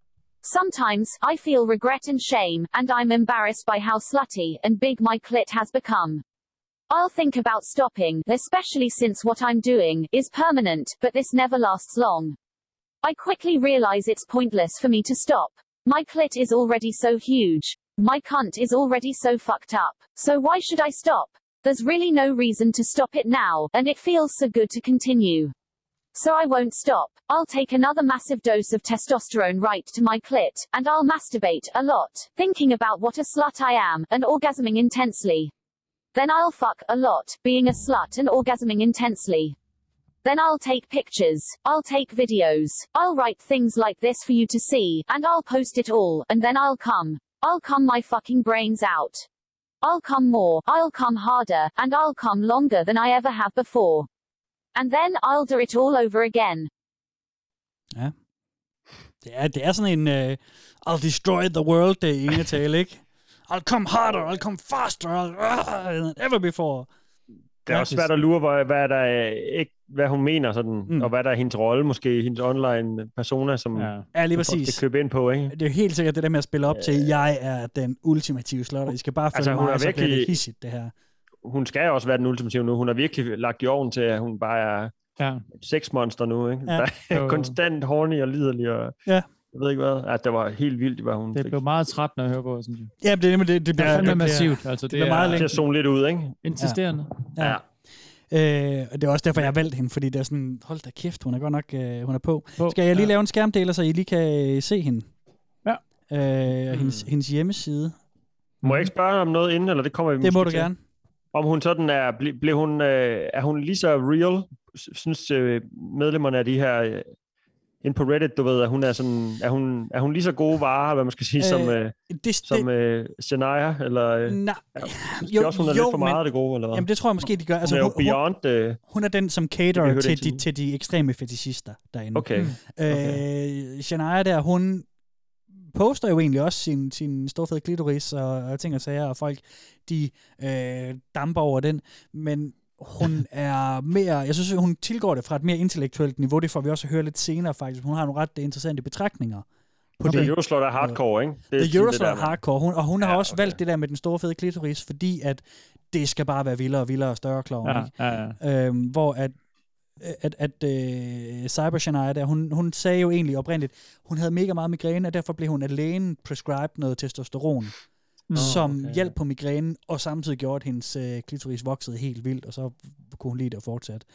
Sometimes, I feel regret and shame, and I'm embarrassed by how slutty and big my clit has become. I'll think about stopping, especially since what I'm doing is permanent, but this never lasts long. I quickly realize it's pointless for me to stop. My clit is already so huge. My cunt is already so fucked up. So why should I stop? There's really no reason to stop it now, and it feels so good to continue. So I won't stop. I'll take another massive dose of testosterone right to my clit, and I'll masturbate a lot, thinking about what a slut I am, and orgasming intensely. Then I'll fuck a lot, being a slut and orgasming intensely. Then I'll take pictures, I'll take videos, I'll write things like this for you to see, and I'll post it all, and then I'll come. I'll come my fucking brains out. I'll come more, I'll come harder, and I'll come longer than I ever have before. And then I'll do it all over again. Ja. Det er sådan en I'll destroy the world, det ene tale, ikke? I'll come harder, I'll come faster, than ever before. Det er også svært at lure, hvad hun mener, sådan, og hvad der er hendes rolle, måske hendes online persona, som lige præcis. Skal købe ind på, ikke? Det er jo helt sikkert det der med at spille op til, jeg er den ultimative slutter. I skal bare følge mig, så bliver det hissigt, det her. Hun skal jo også være den ultimative nu. Hun har virkelig lagt i ovnen til, at hun bare er sexmonster nu, ikke? Ja. Der er konstant horny og liderlig, og jeg ved ikke hvad. At det var helt vildt, hvad hun fik. Det blev meget træt, når jeg hører på, synes jeg. Ja, det bliver massivt. Altså, det bliver meget længe. Det er sådan lidt ud, ikke? Insisterende. Ja. Og det er også derfor, jeg har valgt hende, fordi det er sådan, hold da kæft, hun er godt nok hun er på. Skal jeg lige lave en skærmdeler, så I lige kan se hende? Ja. Hendes hjemmeside. Må jeg ikke spørge om noget inden, eller det kommer vi det må du gerne. Om hun sådan er hun lige så real, synes medlemmerne af de her inde på Reddit, du ved, at hun er sådan, er hun lige så gode varer, hvad man skal sige, som Shania, eller jo, også hun er lidt for meget af det gode, eller hvad? Jamen det tror jeg måske, de gør. Altså, hun er den, som caterer til de ekstreme fetishister derinde. Okay. Shania der, hun poster jo egentlig også sin storfede klitoris og ting og sager, og folk, de damper over den, men hun er mere, jeg synes, hun tilgår det fra et mere intellektuelt niveau, det får vi også at høre lidt senere faktisk. Hun har nogle ret interessante betragtninger på det. Euroslut er hardcore, ikke? The Euroslut er hardcore, og hun har også valgt det der med den store fede klitoris, fordi at det skal bare være vildere og større klovn. Hvor at Cyber Shania der, hun sagde jo egentlig oprindeligt, hun havde mega meget migræne, og derfor blev hun alene prescribed noget testosteron, som hjalp på migrænen, og samtidig gjorde, at hendes klitoris voksede helt vildt, og så kunne hun lide det og fortsætte.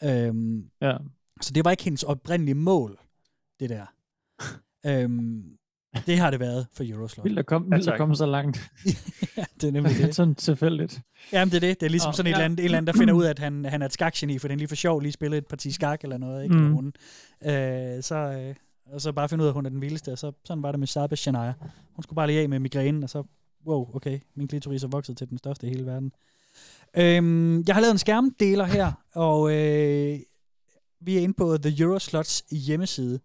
Så det var ikke hendes oprindelige mål, det der. Det har det været for Euroslut. Vildt at komme så langt. Ja, det er nemlig det. Sådan tilfældigt. Jamen, det er det. Det er ligesom sådan et eller andet, der finder ud af, at han er et skakgeni, for den lige for sjov lige spiller et parti skak eller noget, ikke? Eller hun. Og så bare finde ud af, at hun er den vildeste, og sådan var det med Cyber Shania. Hun skulle bare lige af med migrænen, og så, wow, okay, min klitoris er vokset til den største i hele verden. Jeg har lavet en skærmdeler her, og vi er inde på The Eurosluts hjemmeside.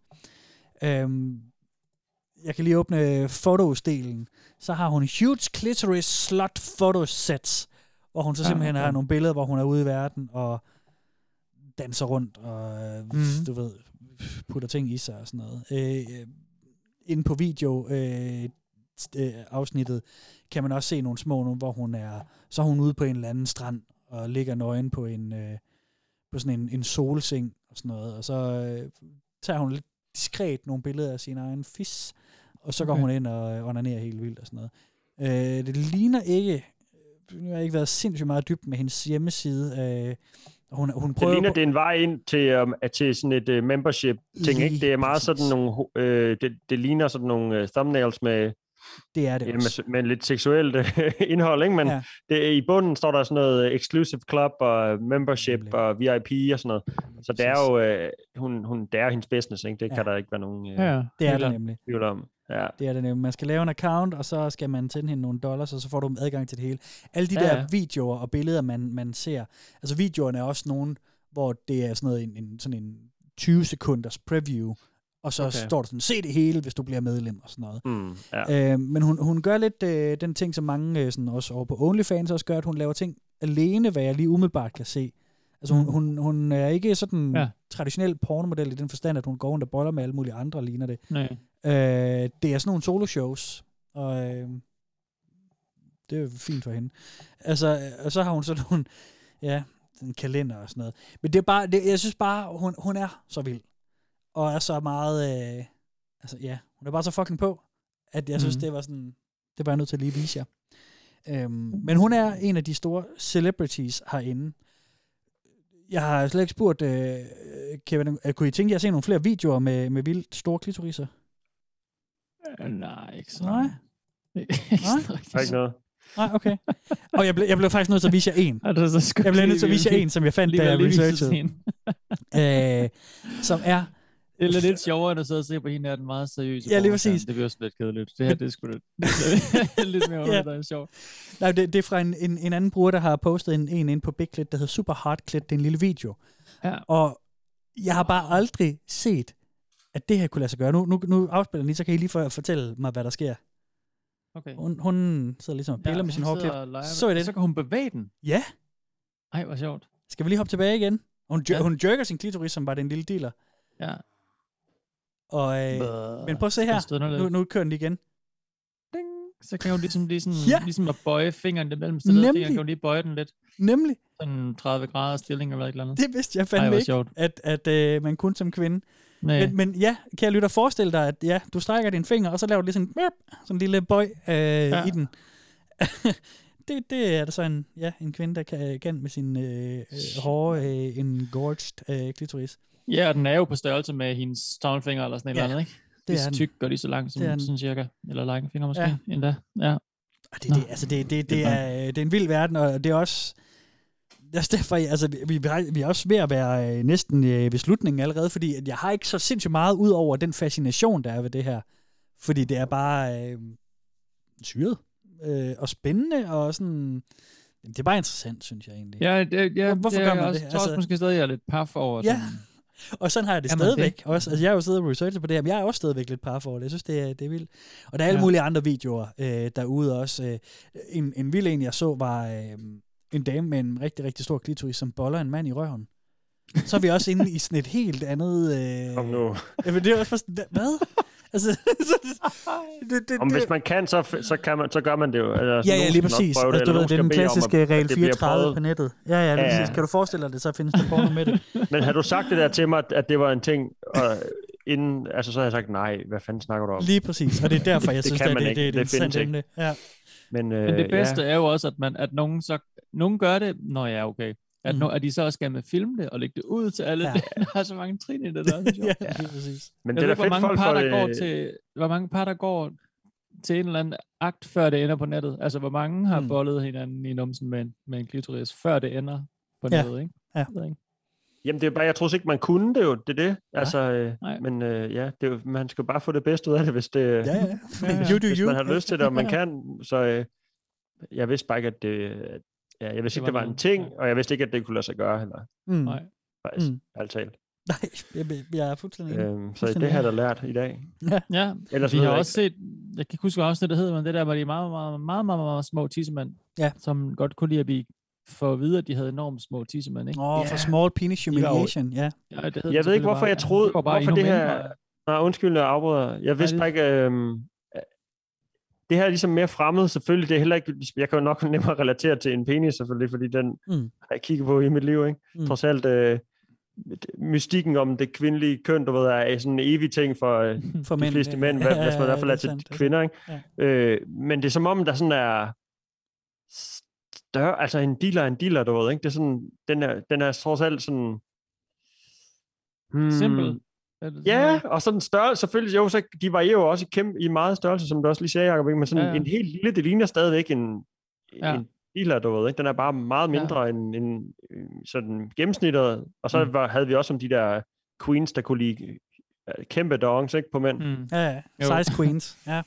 Jeg kan lige åbne fotosdelen. Så har hun Huge Clitoris Slut Photosets, hvor hun så simpelthen har nogle billeder, hvor hun er ude i verden og danser rundt og du ved, putter ting i sig og sådan noget. Inde på video afsnittet kan man også se nogle små, hvor hun så er hun ude på en eller anden strand og ligger nøgen på på sådan en solseng og sådan noget, og så tager hun lidt diskret nogle billeder af sin egen fis, og så går hun ind og onanerer helt vildt og sådan noget. Det ligner ikke, jeg har ikke været sindssygt meget dybt med hendes hjemmeside. Hun prøver det ligner, det er en vej ind til sådan et membership-ting, ikke? Det er meget sådan nogle, det ligner sådan nogle thumbnails med, det er det med lidt seksuelt indhold, ikke? Men i bunden står der sådan noget exclusive club og membership og VIP og sådan noget. Så det er jo det er hendes business, ikke? Det kan der ikke være nogen det er det nemlig. Tvivl om. Ja. Det er det nemlig. Man skal lave en account, og så skal man sende hende nogle dollars, og så får du adgang til det hele. Alle de der videoer og billeder, man ser. Altså videoerne er også nogle, hvor det er sådan noget, sådan en 20 sekunders preview, og så står der sådan, se det hele, hvis du bliver medlem og sådan noget. Men hun gør lidt den ting, som mange sådan også over på OnlyFans også gør, at hun laver ting alene, hvad jeg lige umiddelbart kan se. Altså hun er ikke sådan traditionel pornomodel i den forstand, at hun går rundt og boller med alle mulige andre, ligner det. Nej. Det er sådan nogle soloshows, og det er jo fint for hende. Altså, og så har hun sådan nogle, en kalender og sådan noget. Men det er bare, jeg synes bare, hun er så vild. Og er så meget, hun er bare så fucking på, at jeg synes, det var sådan, det var jeg nødt til at lige vise jer. Men hun er en af de store celebrities herinde. Jeg har slet ikke spurgt, Kevin, kunne I tænke jer at se nogle flere videoer med vildt store klitoriser? Nej, ikke så. Nej? Ikke noget. Nej, okay. Og jeg blev faktisk nødt til at vise jer en. Jeg blev nødt til at vise jer en, som jeg fandt, da jeg researchede. Som er... Det er lidt sjovere, end at sidde og se på hende, er den meget seriøse. Ja, lige præcis. Det bliver også lidt kedeligt. Det her, det er sgu lidt mere under, der er sjovt. Nej, det er fra en anden bruger, der har postet en inde på Big Clit, der hedder Super Hard Clit. Det er en lille video. Ja. Og jeg har bare aldrig set, at det her kunne lade sig gøre. Nu afspiller den lige, så kan I lige fortælle mig, hvad der sker. Okay. Hun sidder ligesom og piller med sin hårklip. Så er det. Så kan hun bevæge den? Ja. Ej, hvor sjovt. Skal vi lige hoppe tilbage igen? Hun jerker sin klitoris, som var den lille dealer. Ja. Og, men prøv at se her. Nu kører den lige igen. Ding. Så kan hun ligesom at bøje fingeren det mellem stillede fingre, kan hun lige bøje den lidt. Nemlig. Sådan 30 grader stilling eller et eller andet. Det vidste jeg fandme ikke, at man kunne som kvinde. Men ja, kan jeg lytte og forestille dig, at du strækker din finger, og så laver du lige sådan en lille bøj i den. Det er der så en kvinde, der kan med sin hårde, engorged klitoris. Ja, og den er jo på størrelse med hendes tommelfinger eller sådan et eller andet, ikke? Det er tyk og lige så langt som sådan cirka. Eller langfinger måske endda. Ja. Og det er en vild verden, og det er også... Derfor, altså, vi er også ved at være næsten ved slutningen allerede, fordi jeg har ikke så sindssygt meget ud over den fascination, der er ved det her. Fordi det er bare syret og spændende, og sådan... Det er bare interessant, synes jeg egentlig. Hvorfor gør man det? Jeg tror også måske stadig, jeg er lidt paf over. Ja, og sådan har jeg det stadigvæk. Også, altså, jeg har jo siddet og researchet på det her, men jeg er også stadigvæk lidt paf over det. Jeg synes, det er vildt. Og der er alle mulige andre videoer derude også. En vild en, jeg så, var... en dame med en rigtig, rigtig stor klitoris, som boller en mand i røven. Så er vi også inde i sådan et helt andet... Kom nu. Jamen, det er også bare sådan, hvad? Altså, hvis man kan, så gør man det jo. Altså, ja, lige præcis. Altså, du ved, det er den klassiske regel 34 på nettet. Ja, lige præcis. Kan du forestille dig det, så findes der porno med det. Men har du sagt det der til mig, at det var en ting, inden, altså så har jeg sagt, nej, hvad fanden snakker du om? Lige præcis, og det er derfor, jeg synes, det er interessant emne. Ja. Men det bedste er jo også, at nogen gør det, okay. At de så også skal med filme det og lægge det ud til alle. Der er så mange trin i det der. Ja, præcis. Men det er fedt folk for det. Hvor mange par, der går til en eller anden akt, før det ender på nettet. Altså, hvor mange har bollet hinanden i numsen med en klitoris, før det ender på nettet, ikke? Ja. Jamen, det er bare, jeg tror ikke, man kunne det jo, det er det. Altså, men det er jo, man skal bare få det bedste ud af det, hvis det... Hvis man har lyst til det, og man kan. Så jeg vidste bare ikke, at det... jeg vidste ikke, det var en ting, og jeg vidste ikke, at det kunne lade sig gøre heller. Nej. Faktisk, altalt. Nej, jeg er fuldstændig... Så det har jeg da lært i dag. Ja, ellers vi har også set... Jeg kan ikke huske, hvad også det hedder, men det der var de meget små tissemænd, som godt kunne lide at blive for at vide, at de havde enormt små tissemænd, ikke? For small penis humiliation, jeg ved ikke, hvorfor jeg troede... Hvorfor det her... Nej, undskyld, jeg afbryder. Jeg vidste bare ikke... Det her er ligesom mere fremmed, selvfølgelig. Det er heller ikke... Jeg kan jo nok nemmere relatere til en penis, selvfølgelig, fordi den har jeg kigget på i mit liv, ikke? Trods alt... mystikken om det kvindelige køn, du ved, er sådan en evig ting for de fleste mænd, hvis man i hvert fald er til kvinder, ikke? Ja. Men det er som om, der sådan er større, altså en dealer, du ved, ikke? Det er sådan, den er trods alt sådan... Simpel. Ja, og sådan større, selvfølgelig, jo, så de varierer jo også i meget størrelse, som du også lige sagde, Jacob, men sådan en helt lille, det ligner stadigvæk en dealer, du ved, ikke? Den er bare meget mindre end sådan gennemsnittet, og så havde vi også om de der queens, der kunne lide kæmpe dongs, ikke, på mænd. Ja, size queens, ja.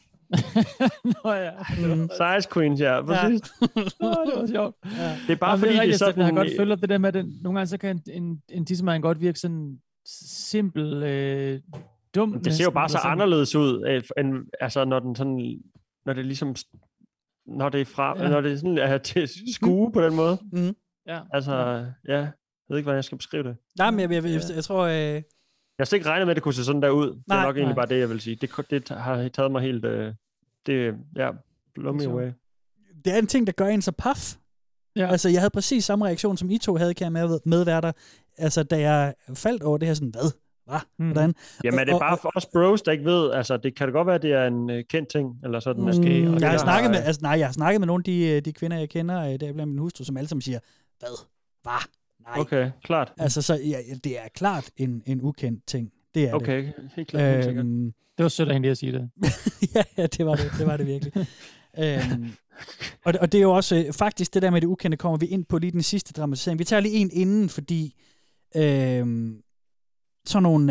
Size queens, ja, præcis. Det var sjovt. Det er bare fordi, det er sådan... Jeg har godt følt det der med, at nogle gange så kan en tissemand godt virke sådan simpel, dum. Det ser jo bare så anderledes ud, end, altså når den sådan, når det ligesom, når det er fra, når det er sådan til skue på den måde. Ja. Altså, ved ikke, hvordan jeg skal beskrive det. Nej, men jeg tror... Jeg har slet ikke regnet med, at det kunne se sådan der ud. Det er nok egentlig bare det, jeg vil sige. Det har taget mig helt... blow me away. Det er en ting, der gør en så paf. Ja. Altså, jeg havde præcis samme reaktion, som I to havde, kan jeg medværter. Altså, da jeg faldt over det her sådan, hvad? Hvordan? Jamen, er det bare for os bros, der ikke ved? Altså, det kan det godt være, at det er en kendt ting, eller sådan måske. Jeg har snakket med nogle af de kvinder, jeg kender, der blandt min hustru, som alle sammen siger, hvad? Nej. Okay, klart. Altså, så det er klart en ukendt ting. Det er okay, helt klart. Det var sødt af hende at sige det. ja, det var det virkelig. Og det er jo også, faktisk det der med det ukendte, kommer vi ind på lige den sidste dramatisering. Vi tager lige en inden, fordi sådan nogle,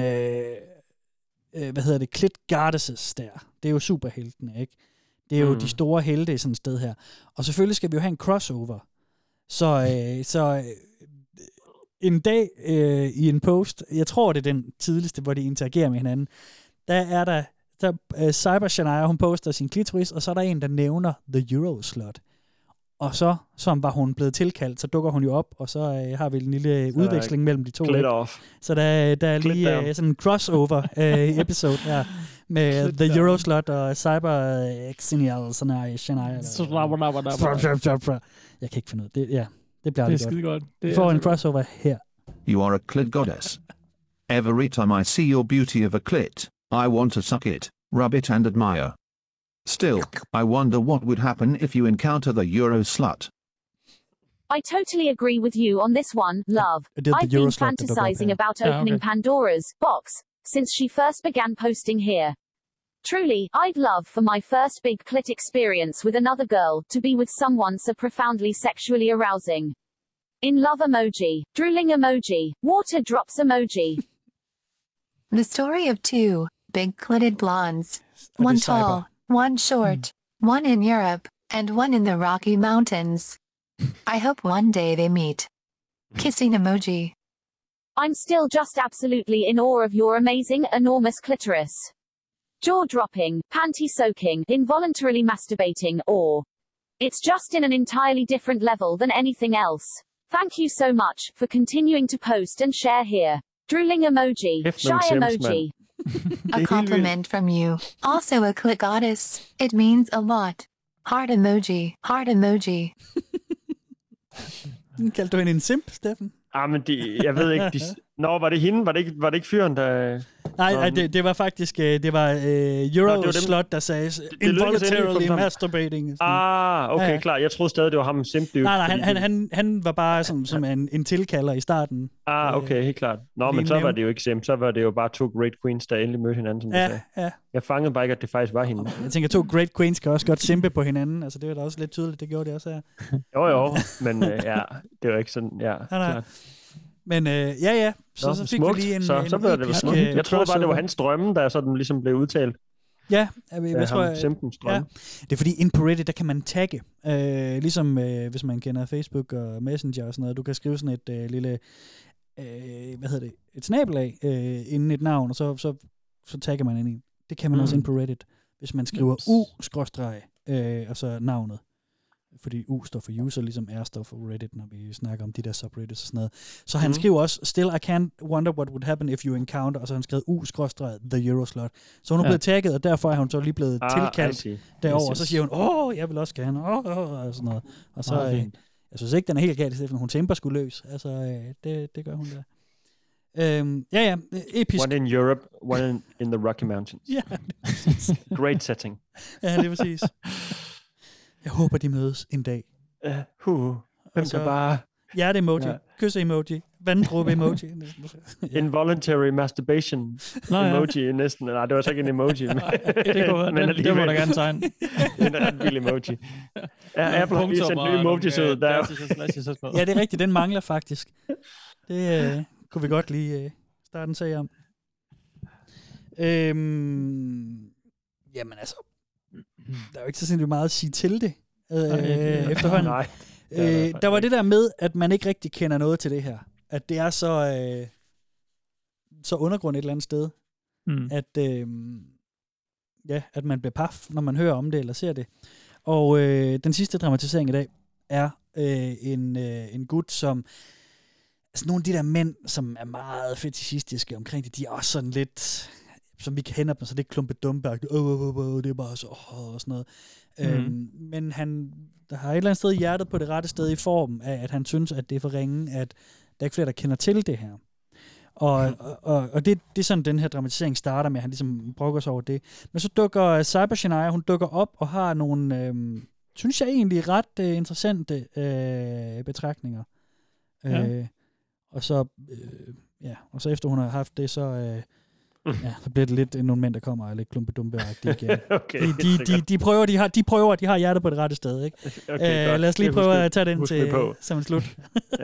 Clit Goddesses der, det er jo superheltene, ikke? Det er jo de store helte i sådan et sted her. Og selvfølgelig skal vi jo have en crossover. Så en dag i en post, jeg tror det er den tidligste, hvor de interagerer med hinanden, der er der Cyber Shania, hun poster sin klitoris, og så er der en, der nævner The Euroslot. Og så, som var hun blevet tilkaldt, så dukker hun jo op, og så har vi en lille udveksling mellem de to. Så der er lige sådan en crossover episode her med The Euroslot og Cyber Shania. Jeg kan ikke finde ud af det. Ja, det bliver det godt. Vi får en crossover her. You are a clit goddess. Every time I see your beauty of a clit, I want to suck it, rub it and admire. Still, I wonder what would happen if you encounter the Euroslut. I totally agree with you on this one, love. I've been fantasizing about opening Pandora's box since she first began posting here. Truly, I'd love for my first big clit experience with another girl to be with someone so profoundly sexually arousing. In love emoji, drooling emoji, water drops emoji. The story of two big-clitted blondes, one tall, one short, one in Europe, and one in the Rocky Mountains. I hope one day they meet. Kissing emoji. I'm still just absolutely in awe of your amazing, enormous clitoris. Jaw-dropping, panty-soaking, involuntarily masturbating, or... It's just in an entirely different level than anything else. Thank you so much for continuing to post and share here. Drooling emoji, shy emoji. A compliment from you. Also a clit goddess. It means a lot. Heart emoji, heart emoji. Kaldte du hende en simp, Steffen? Men jeg ved ikke. Var det hende? Var det ikke fyren, der... Nej, det var faktisk Euroslot, der sagde involuntarily masturbating. Okay, klar. Jeg troede stadig, det var ham simp. Nej, han var bare som en tilkalder i starten. Okay, helt klart. Men så var det jo ikke simp. Så var det jo bare to great queens, der endelig mødte hinanden, som du sagde. Ja. Jeg fangede bare ikke, at det faktisk var hende. Jeg tænker, to great queens kan også godt simpe på hinanden. Altså, det var da også lidt tydeligt, det gjorde det også her. Jo, men det var ikke sådan, klart. Men så fik vi lige en... Så blev det smukt. Jeg troede bare, det var hans drømme, der sådan ligesom blev udtalt. Ja, jeg tror... Simpens drømme. Det er fordi, inde på Reddit, der kan man tagge. Ligesom hvis man kender Facebook og Messenger og sådan noget. Du kan skrive sådan et lille... et snabelag inden et navn, og så tagger man ind i. Det kan man også inde på Reddit, hvis man skriver og så navnet. Fordi U står for user, ligesom R står for Reddit, når vi snakker om de der subreddits og sådan noget. Så han skriver også, still I can't wonder what would happen if you encounter, og så han skrevet U-the Euroslot. Så hun er blevet tagget, og derfor er hun så lige blevet tilkaldt derover, og så siger hun, jeg vil også gerne, og sådan noget. Og så, jeg synes ikke, den er helt galt, Steffen. Hun temper skulle løs. Altså, det gør hun der. Episk. One in Europe, one in the Rocky Mountains. Ja. Great setting. Ja, det er præcis. Jeg håber, de mødes en dag. Hvem så bare... Hjerte-emoji, kys-emoji, vanddråbe-emoji. Involuntary masturbation emoji næsten. Nej, det var så ikke en emoji. Det må der gerne tegne. En ret vild emoji. Apple har lige sendt nye emojis ud. Ja, det er rigtigt. Den mangler faktisk. Det kunne vi godt lige starte en sag om. Jamen altså, der er jo ikke så sindssygt meget at sige til det efterhånden. Nej. Der var det der med, at man ikke rigtig kender noget til det her. At det er så undergrund et eller andet sted. At man bliver paf, når man hører om det eller ser det. Og den sidste dramatisering i dag er en gut, som Altså nogle af de der mænd, som er meget fetishistiske omkring det, de er også sådan lidt, som vi kender dem, så det er klumpedumpe-agtigt, det er bare så, og sådan noget. Men han der har et eller andet sted hjertet på det rette sted i form af, at han synes, at det er for ringe, at der er ikke flere, der kender til det her. Og det er sådan, den her dramatisering starter med, at han ligesom brokker sig over det. Men så dukker Cyber Shania, hun dukker op og har nogle, synes jeg egentlig, ret interessante betragtninger. Ja. Og så efter hun har haft det, så bliver det lidt nogle mænd, der kommer og er lidt klumpedumpe-agtigt igen. Okay, de prøver, de har hjertet på det rette sted, ikke? Okay, lad os lige prøve at tage den til som en slut.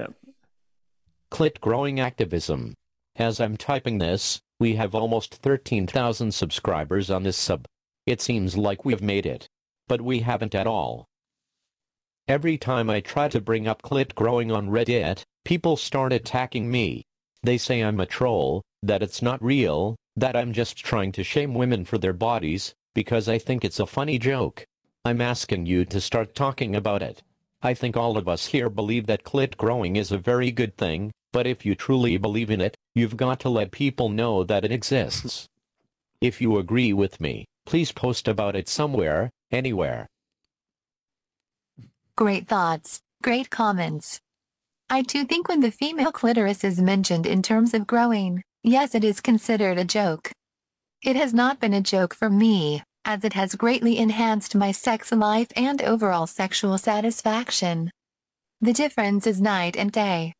Clit growing activism. As I'm typing this, we have almost 13,000 subscribers on this sub. It seems like we've made it. But we haven't at all. Every time I try to bring up clit growing on Reddit, people start attacking me. They say I'm a troll, that it's not real, that I'm just trying to shame women for their bodies, because I think it's a funny joke. I'm asking you to start talking about it. I think all of us here believe that clit growing is a very good thing, but if you truly believe in it, you've got to let people know that it exists. If you agree with me, please post about it somewhere, anywhere. Great thoughts, great comments. I too think when the female clitoris is mentioned in terms of growing, yes, it is considered a joke. It has not been a joke for me, as it has greatly enhanced my sex life and overall sexual satisfaction. The difference is night and day.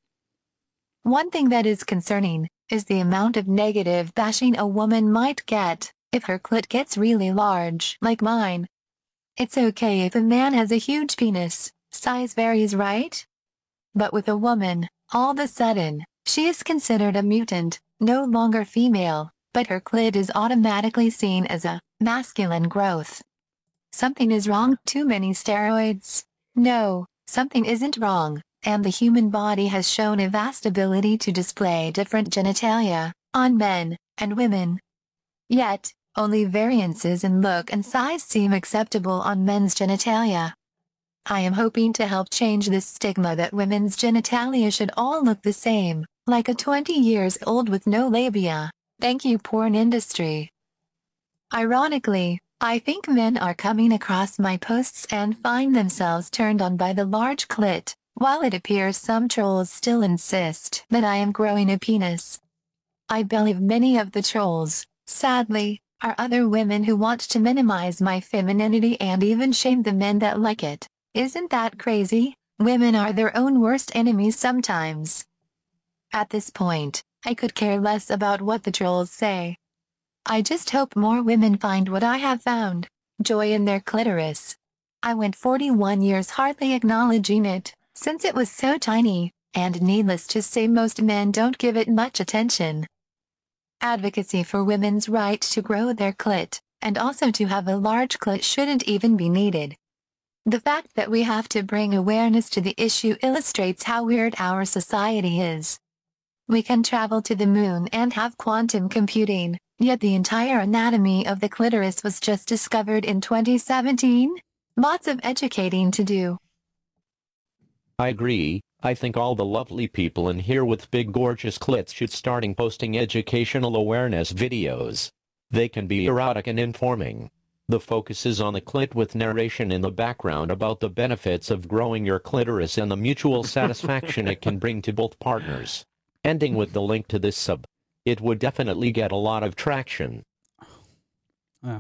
One thing that is concerning is the amount of negative bashing a woman might get if her clit gets really large, like mine. It's okay if a man has a huge penis, size varies, right? But with a woman, all of a sudden, she is considered a mutant, no longer female, but her clit is automatically seen as a masculine growth. Something is wrong, too many steroids? No, something isn't wrong, and the human body has shown a vast ability to display different genitalia on men and women. Yet, only variances in look and size seem acceptable on men's genitalia. I am hoping to help change this stigma that women's genitalia should all look the same, like a 20 years old with no labia. Thank you, porn industry. Ironically, I think men are coming across my posts and find themselves turned on by the large clit, while it appears some trolls still insist that I am growing a penis. I believe many of the trolls, sadly, are other women who want to minimize my femininity and even shame the men that like it. Isn't that crazy? Women are their own worst enemies sometimes. At this point, I could care less about what the trolls say. I just hope more women find what I have found, joy in their clitoris. I went 41 years hardly acknowledging it, since it was so tiny, and needless to say most men don't give it much attention. Advocacy for women's right to grow their clit, and also to have a large clit shouldn't even be needed. The fact that we have to bring awareness to the issue illustrates how weird our society is. We can travel to the moon and have quantum computing, yet the entire anatomy of the clitoris was just discovered in 2017? Lots of educating to do. I agree. I think all the lovely people in here with big gorgeous clits should starting posting educational awareness videos. They can be erotic and informing. The focus is on the clit with narration in the background about the benefits of growing your clitoris and the mutual satisfaction it can bring to both partners. Ending with the link to this sub. It would definitely get a lot of traction. Ja.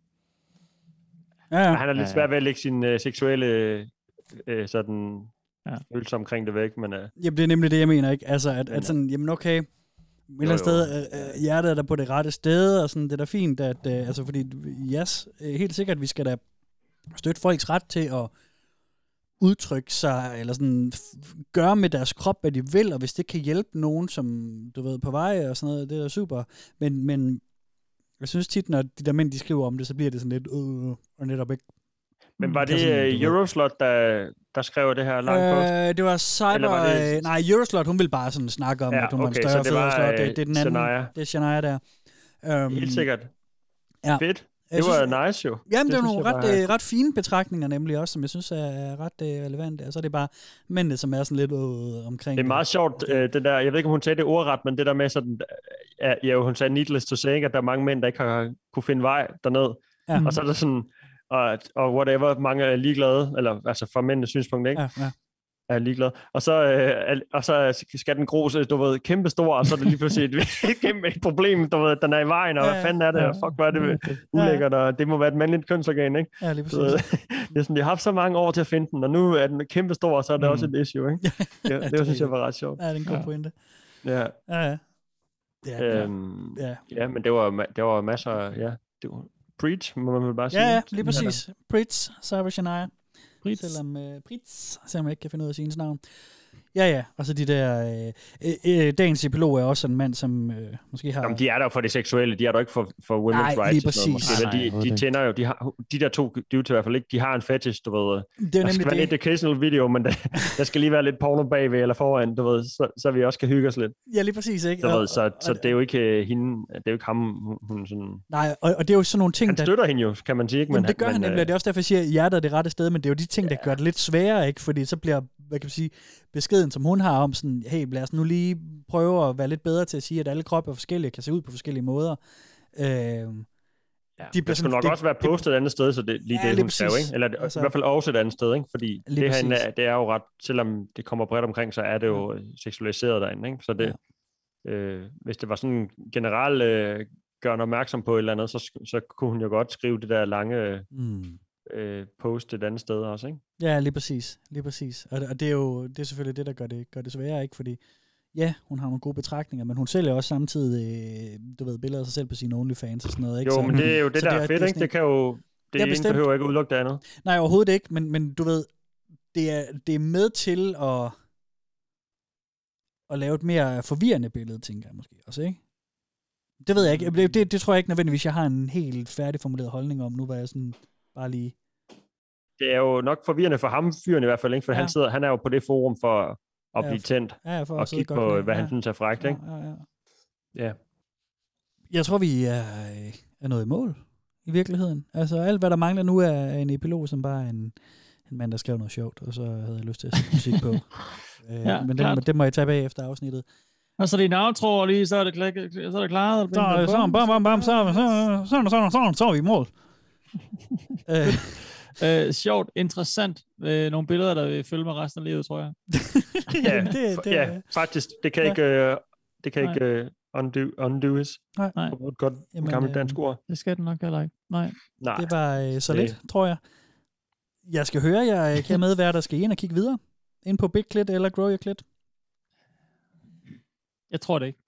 Han er lidt svær ved at lægge sin seksuelle sådan følelse omkring det væk, men jamen, det er nemlig det, jeg mener, ikke? Altså, at sådan, jamen okay, et eller andet sted, hjertet er der på det rette sted, og sådan, det er da fint, at, altså, fordi, yes, helt sikkert, vi skal da støtte folks ret til at udtrykke sig, eller sådan, gøre med deres krop, hvad de vil, og hvis det kan hjælpe nogen, som, du ved, på vej, og sådan noget, det er super, men jeg synes tit, når de der mænd, de skriver om det, så bliver det sådan lidt, og netop ikke. Men var det Euroslot, der skrev det her langt post? Det var Cyber... Nej, Euroslot, hun ville bare sådan snakke om, at hun var en større fed slot. Det er den anden. Shania. Det er Shania der. Helt sikkert. Ja. Fedt. Det var nice jo. Jamen, det er nogle ret fine betragtninger nemlig også, som jeg synes er ret relevante. Og så er det bare mændene, som er sådan lidt omkring... Det er meget sjovt, det der, jeg ved ikke, om hun sagde det ordret, men det der med sådan, hun sagde needless to say, at der er mange mænd, der ikke har kunne finde vej derned. Ja. Og så er der sådan, og whatever, mange er ligeglade, eller altså fra mændenes synspunkt, ikke? Ja. Er ligeglad. Og så skal den grose, du ved, kæmpe stor, og så er det lige pludselig et kæmpe problem, du ved, den er i vejen, og hvad fanden er det, og fuck, hvor er det ulækkert, og det må være et mandligt kønsorgan, ikke? Ja, lige præcis. Det er sådan, de har haft så mange år til at finde den, og nu er den kæmpe stor, og så er det også et issue, ikke? Det synes jeg var ret sjovt. Ja, det er en god pointe. Ja. Ja, men det var masser, det var preach, må man vel bare sige. Ja, lige præcis. Preach, Sarah Shania. Selvom jeg ikke kan finde ud af sin navn. Ja, og så de der... dagens epilog er også en mand, som måske har... Jamen, de er der for det seksuelle, de er der ikke for women's rights. Nej, lige præcis. De tænder jo, de der to dudes i hvert fald ikke, de har en fetish, du ved. Det er der skal være lidt occasional video, men der skal lige være lidt porno bagved eller foran, du ved, så vi også kan hygge os lidt. Ja, lige præcis, ikke? Så det er jo ikke hende, det er jo ikke ham, hun sådan... Nej, og det er jo sådan nogle ting, han støtter hende jo, kan man sige, ikke? Men det gør han nemlig, det er også derfor, jeg siger, at hjertet er det rette sted, men det er jo de ting, der gør det lidt sværere, ikke? Fordi så bliver, hvad kan man sige, beskeden, som hun har om sådan, hey, lad os nu lige prøve at være lidt bedre til at sige, at alle kroppe er forskellige, kan se ud på forskellige måder. Det skulle nok også være postet et andet sted, så det lige det, hun skrev, ikke? Eller altså, i hvert fald også et andet sted, ikke? Fordi det herinde, det er jo ret, selvom det kommer bredt omkring, så er det jo seksualiseret derinde, ikke? Så det, hvis det var sådan generelt gør en opmærksom på et eller andet, så kunne hun jo godt skrive det der lange post et andet sted også, ikke? Ja, lige præcis. Og det er jo selvfølgelig det, der gør det sværere, ikke? Fordi ja, hun har nogle gode betragtninger, men hun sælger også samtidig, du ved, billeder af sig selv på sine OnlyFans og sådan noget, ikke? Jo, men det er jo det, der er fedt, ikke? Det kan jo, det ene behøver ikke udelukke det andet. Nej, overhovedet ikke, men du ved, det er med til at lave et mere forvirrende billede, tænker jeg måske også, ikke? Det ved jeg ikke. Det tror jeg ikke nødvendigvis, jeg har en helt færdigformuleret holdning om nu, hvor jeg sådan bare lige... Det er jo nok forvirrende for ham, fyren i hvert fald, ikke? For han er jo på det forum for at blive tændt og kigge på, hvad han synes er frækt, ikke? Ja. Jeg tror, vi er nået i mål i virkeligheden. Altså alt, hvad der mangler nu, er en epilog, som bare er en mand, der skrev noget sjovt, og så havde jeg lyst til at sætte musik på. Men det må jeg tage bag efter afsnittet. Og så det er en outro, lige så er det klaret. Så er vi i mål. Sjovt, interessant. Nogle billeder, der vil følge mig resten af livet, tror jeg. Ja, faktisk. Det kan ikke undoes. Nej. Et godt gammelt dansk ord. Det skal den nok heller ikke. Nej. Det var så lidt, tror jeg. Jeg skal høre, jeg kan medvære, der skal ind og kigge videre. Ind på Big Clit eller Grow Your Clit. Jeg tror det ikke.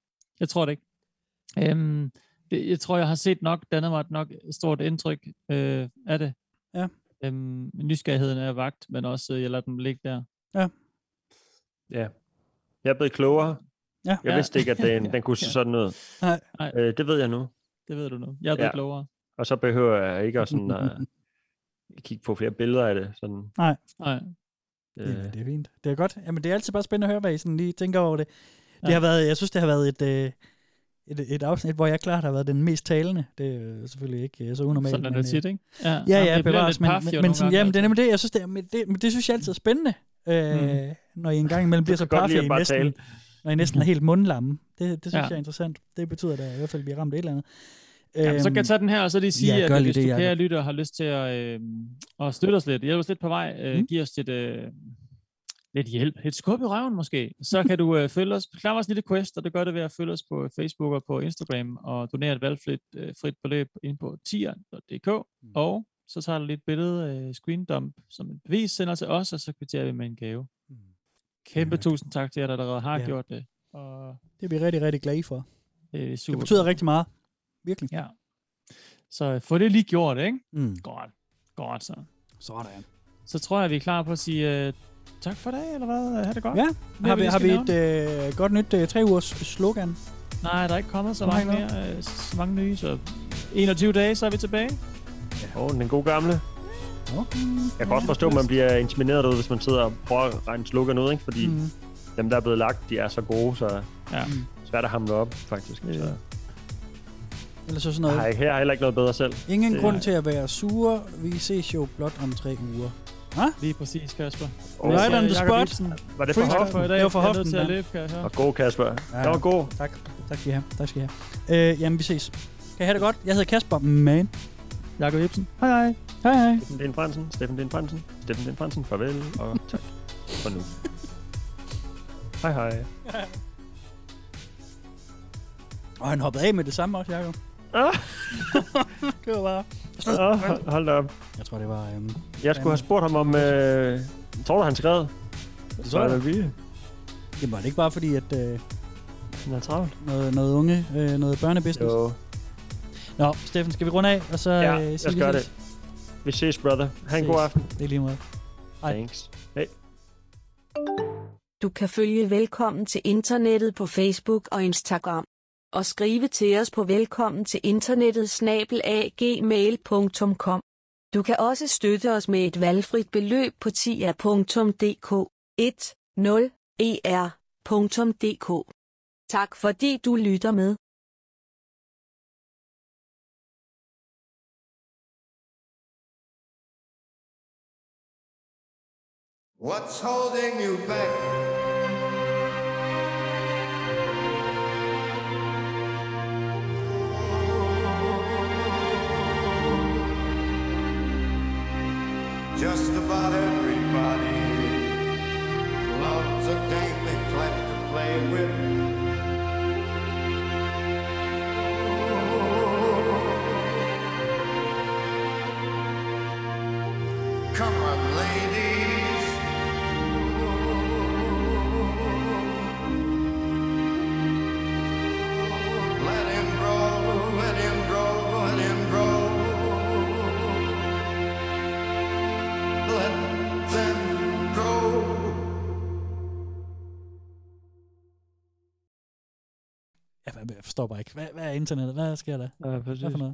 Jeg tror, jeg har set nok, dannet mig nok et stort indtryk af det. Ja. Nysgerrigheden er vagt, men også jeg lader dem ligge der. Ja. Ja. Jeg er blevet klogere. Ja. Jeg vidste ikke, at den kunne se sådan ud. Nej. Det ved jeg nu. Det ved du nu. Jeg er blevet klogere. Og så behøver jeg ikke at sådan, kigge på flere billeder af det. Sådan. Nej. Det er fint. Det er godt. Jamen, det er altid bare spændende at høre, hvad I sådan lige tænker over det. Det har været, jeg synes, det har været et afsnit, hvor jeg klart har været den mest talende. Det er selvfølgelig ikke så unormalt. Sådan er det tit, ikke? Ja, bevares. Men sådan, jamen, det er nemlig det. Jeg synes, det synes jeg altid er spændende, når I en gang imellem bliver så paffe, når I næsten er helt mundlamme. Det synes jeg er interessant. Det betyder da i hvert fald, at vi har ramt et eller andet. Så kan jeg tage den her, og så lige sige, at hvis du kære lytter har lyst til at støtte os lidt, hjælpe os lidt på vej, give os lidt hjælp, et skub i røven måske, så kan du følge os, klar os en lille quest, og det gør det ved at følge os på Facebook og på Instagram, og donere et valgfrit beløb ind på tier.dk, og så tager du lidt billede, screen dump, som et bevis, sender til os, og så kvitterer vi med en gave. Kæmpe tusind tak til jer, der allerede har gjort det. Og det er vi rigtig, rigtig glade for. Det er super. Det betyder rigtig meget. Virkelig. Ja. Så få det lige gjort, ikke? Godt så. Sådan. Så tror jeg, vi er klar på at sige tak for dag, eller hvad? Ha' det godt. Ja. Har vi et godt nyt 3 ugers slogan? Nej, der er ikke kommet så mange mere, så mange nye, så 21 dage, så er vi tilbage. Den gode gamle. Jeg kan også forstå, at man bliver intimideret ud, hvis man sidder og prøver at regne slogan ud, ikke? Fordi dem, der er blevet lagt, de er så gode, så svært at hamle op, faktisk. Så. Eller så sådan noget. Nej, her er heller ikke noget bedre selv. Ingen grund til at være sure. Vi ses jo blot om 3 uger. Lige præcis, Kasper. Right on the spot. Var det for hoften? Det var for hoften, til at løbe, kan jeg høre. Og god, Kasper. Ja. Det var god. Tak skal I have. Jamen, vi ses. Kan I have det godt? Jeg hedder Kasper Mann. Jakob Ibsen. Hej. Steffen Den Fransen. Farvel og tak for nu. Hej. Og han hoppede af med det samme også, Jakob. Det var bare... Hold da op. Jeg tror, det var... jeg skulle have spurgt ham om... tror du, han skrev? Det tror jeg. Det var det ikke bare fordi, at... han er travlt. Noget unge, noget børnebusiness. Jo. Nå, Steffen, skal vi runde af? Og så, ja, lad os gøre det. Vi ses, brother. Ha' en god aften. Det er lige måde. Thanks. Hej. Du kan følge Velkommen til Internettet på Facebook og Instagram. Og skrive til os på velkommen til internettet@gmail.com. Du kan også støtte os med et valgfrit beløb på tia.dk 10er.dk. Tak fordi du lytter med. What's holding you back? Just about everybody loves a dainty clap to play with. Come on, ladies. Let him grow, let him grow, let him grow. Let them grow. Jeg forstår bare ikke. Hvad er internettet? Hvad sker der? Ja, præcis. Hvad for noget?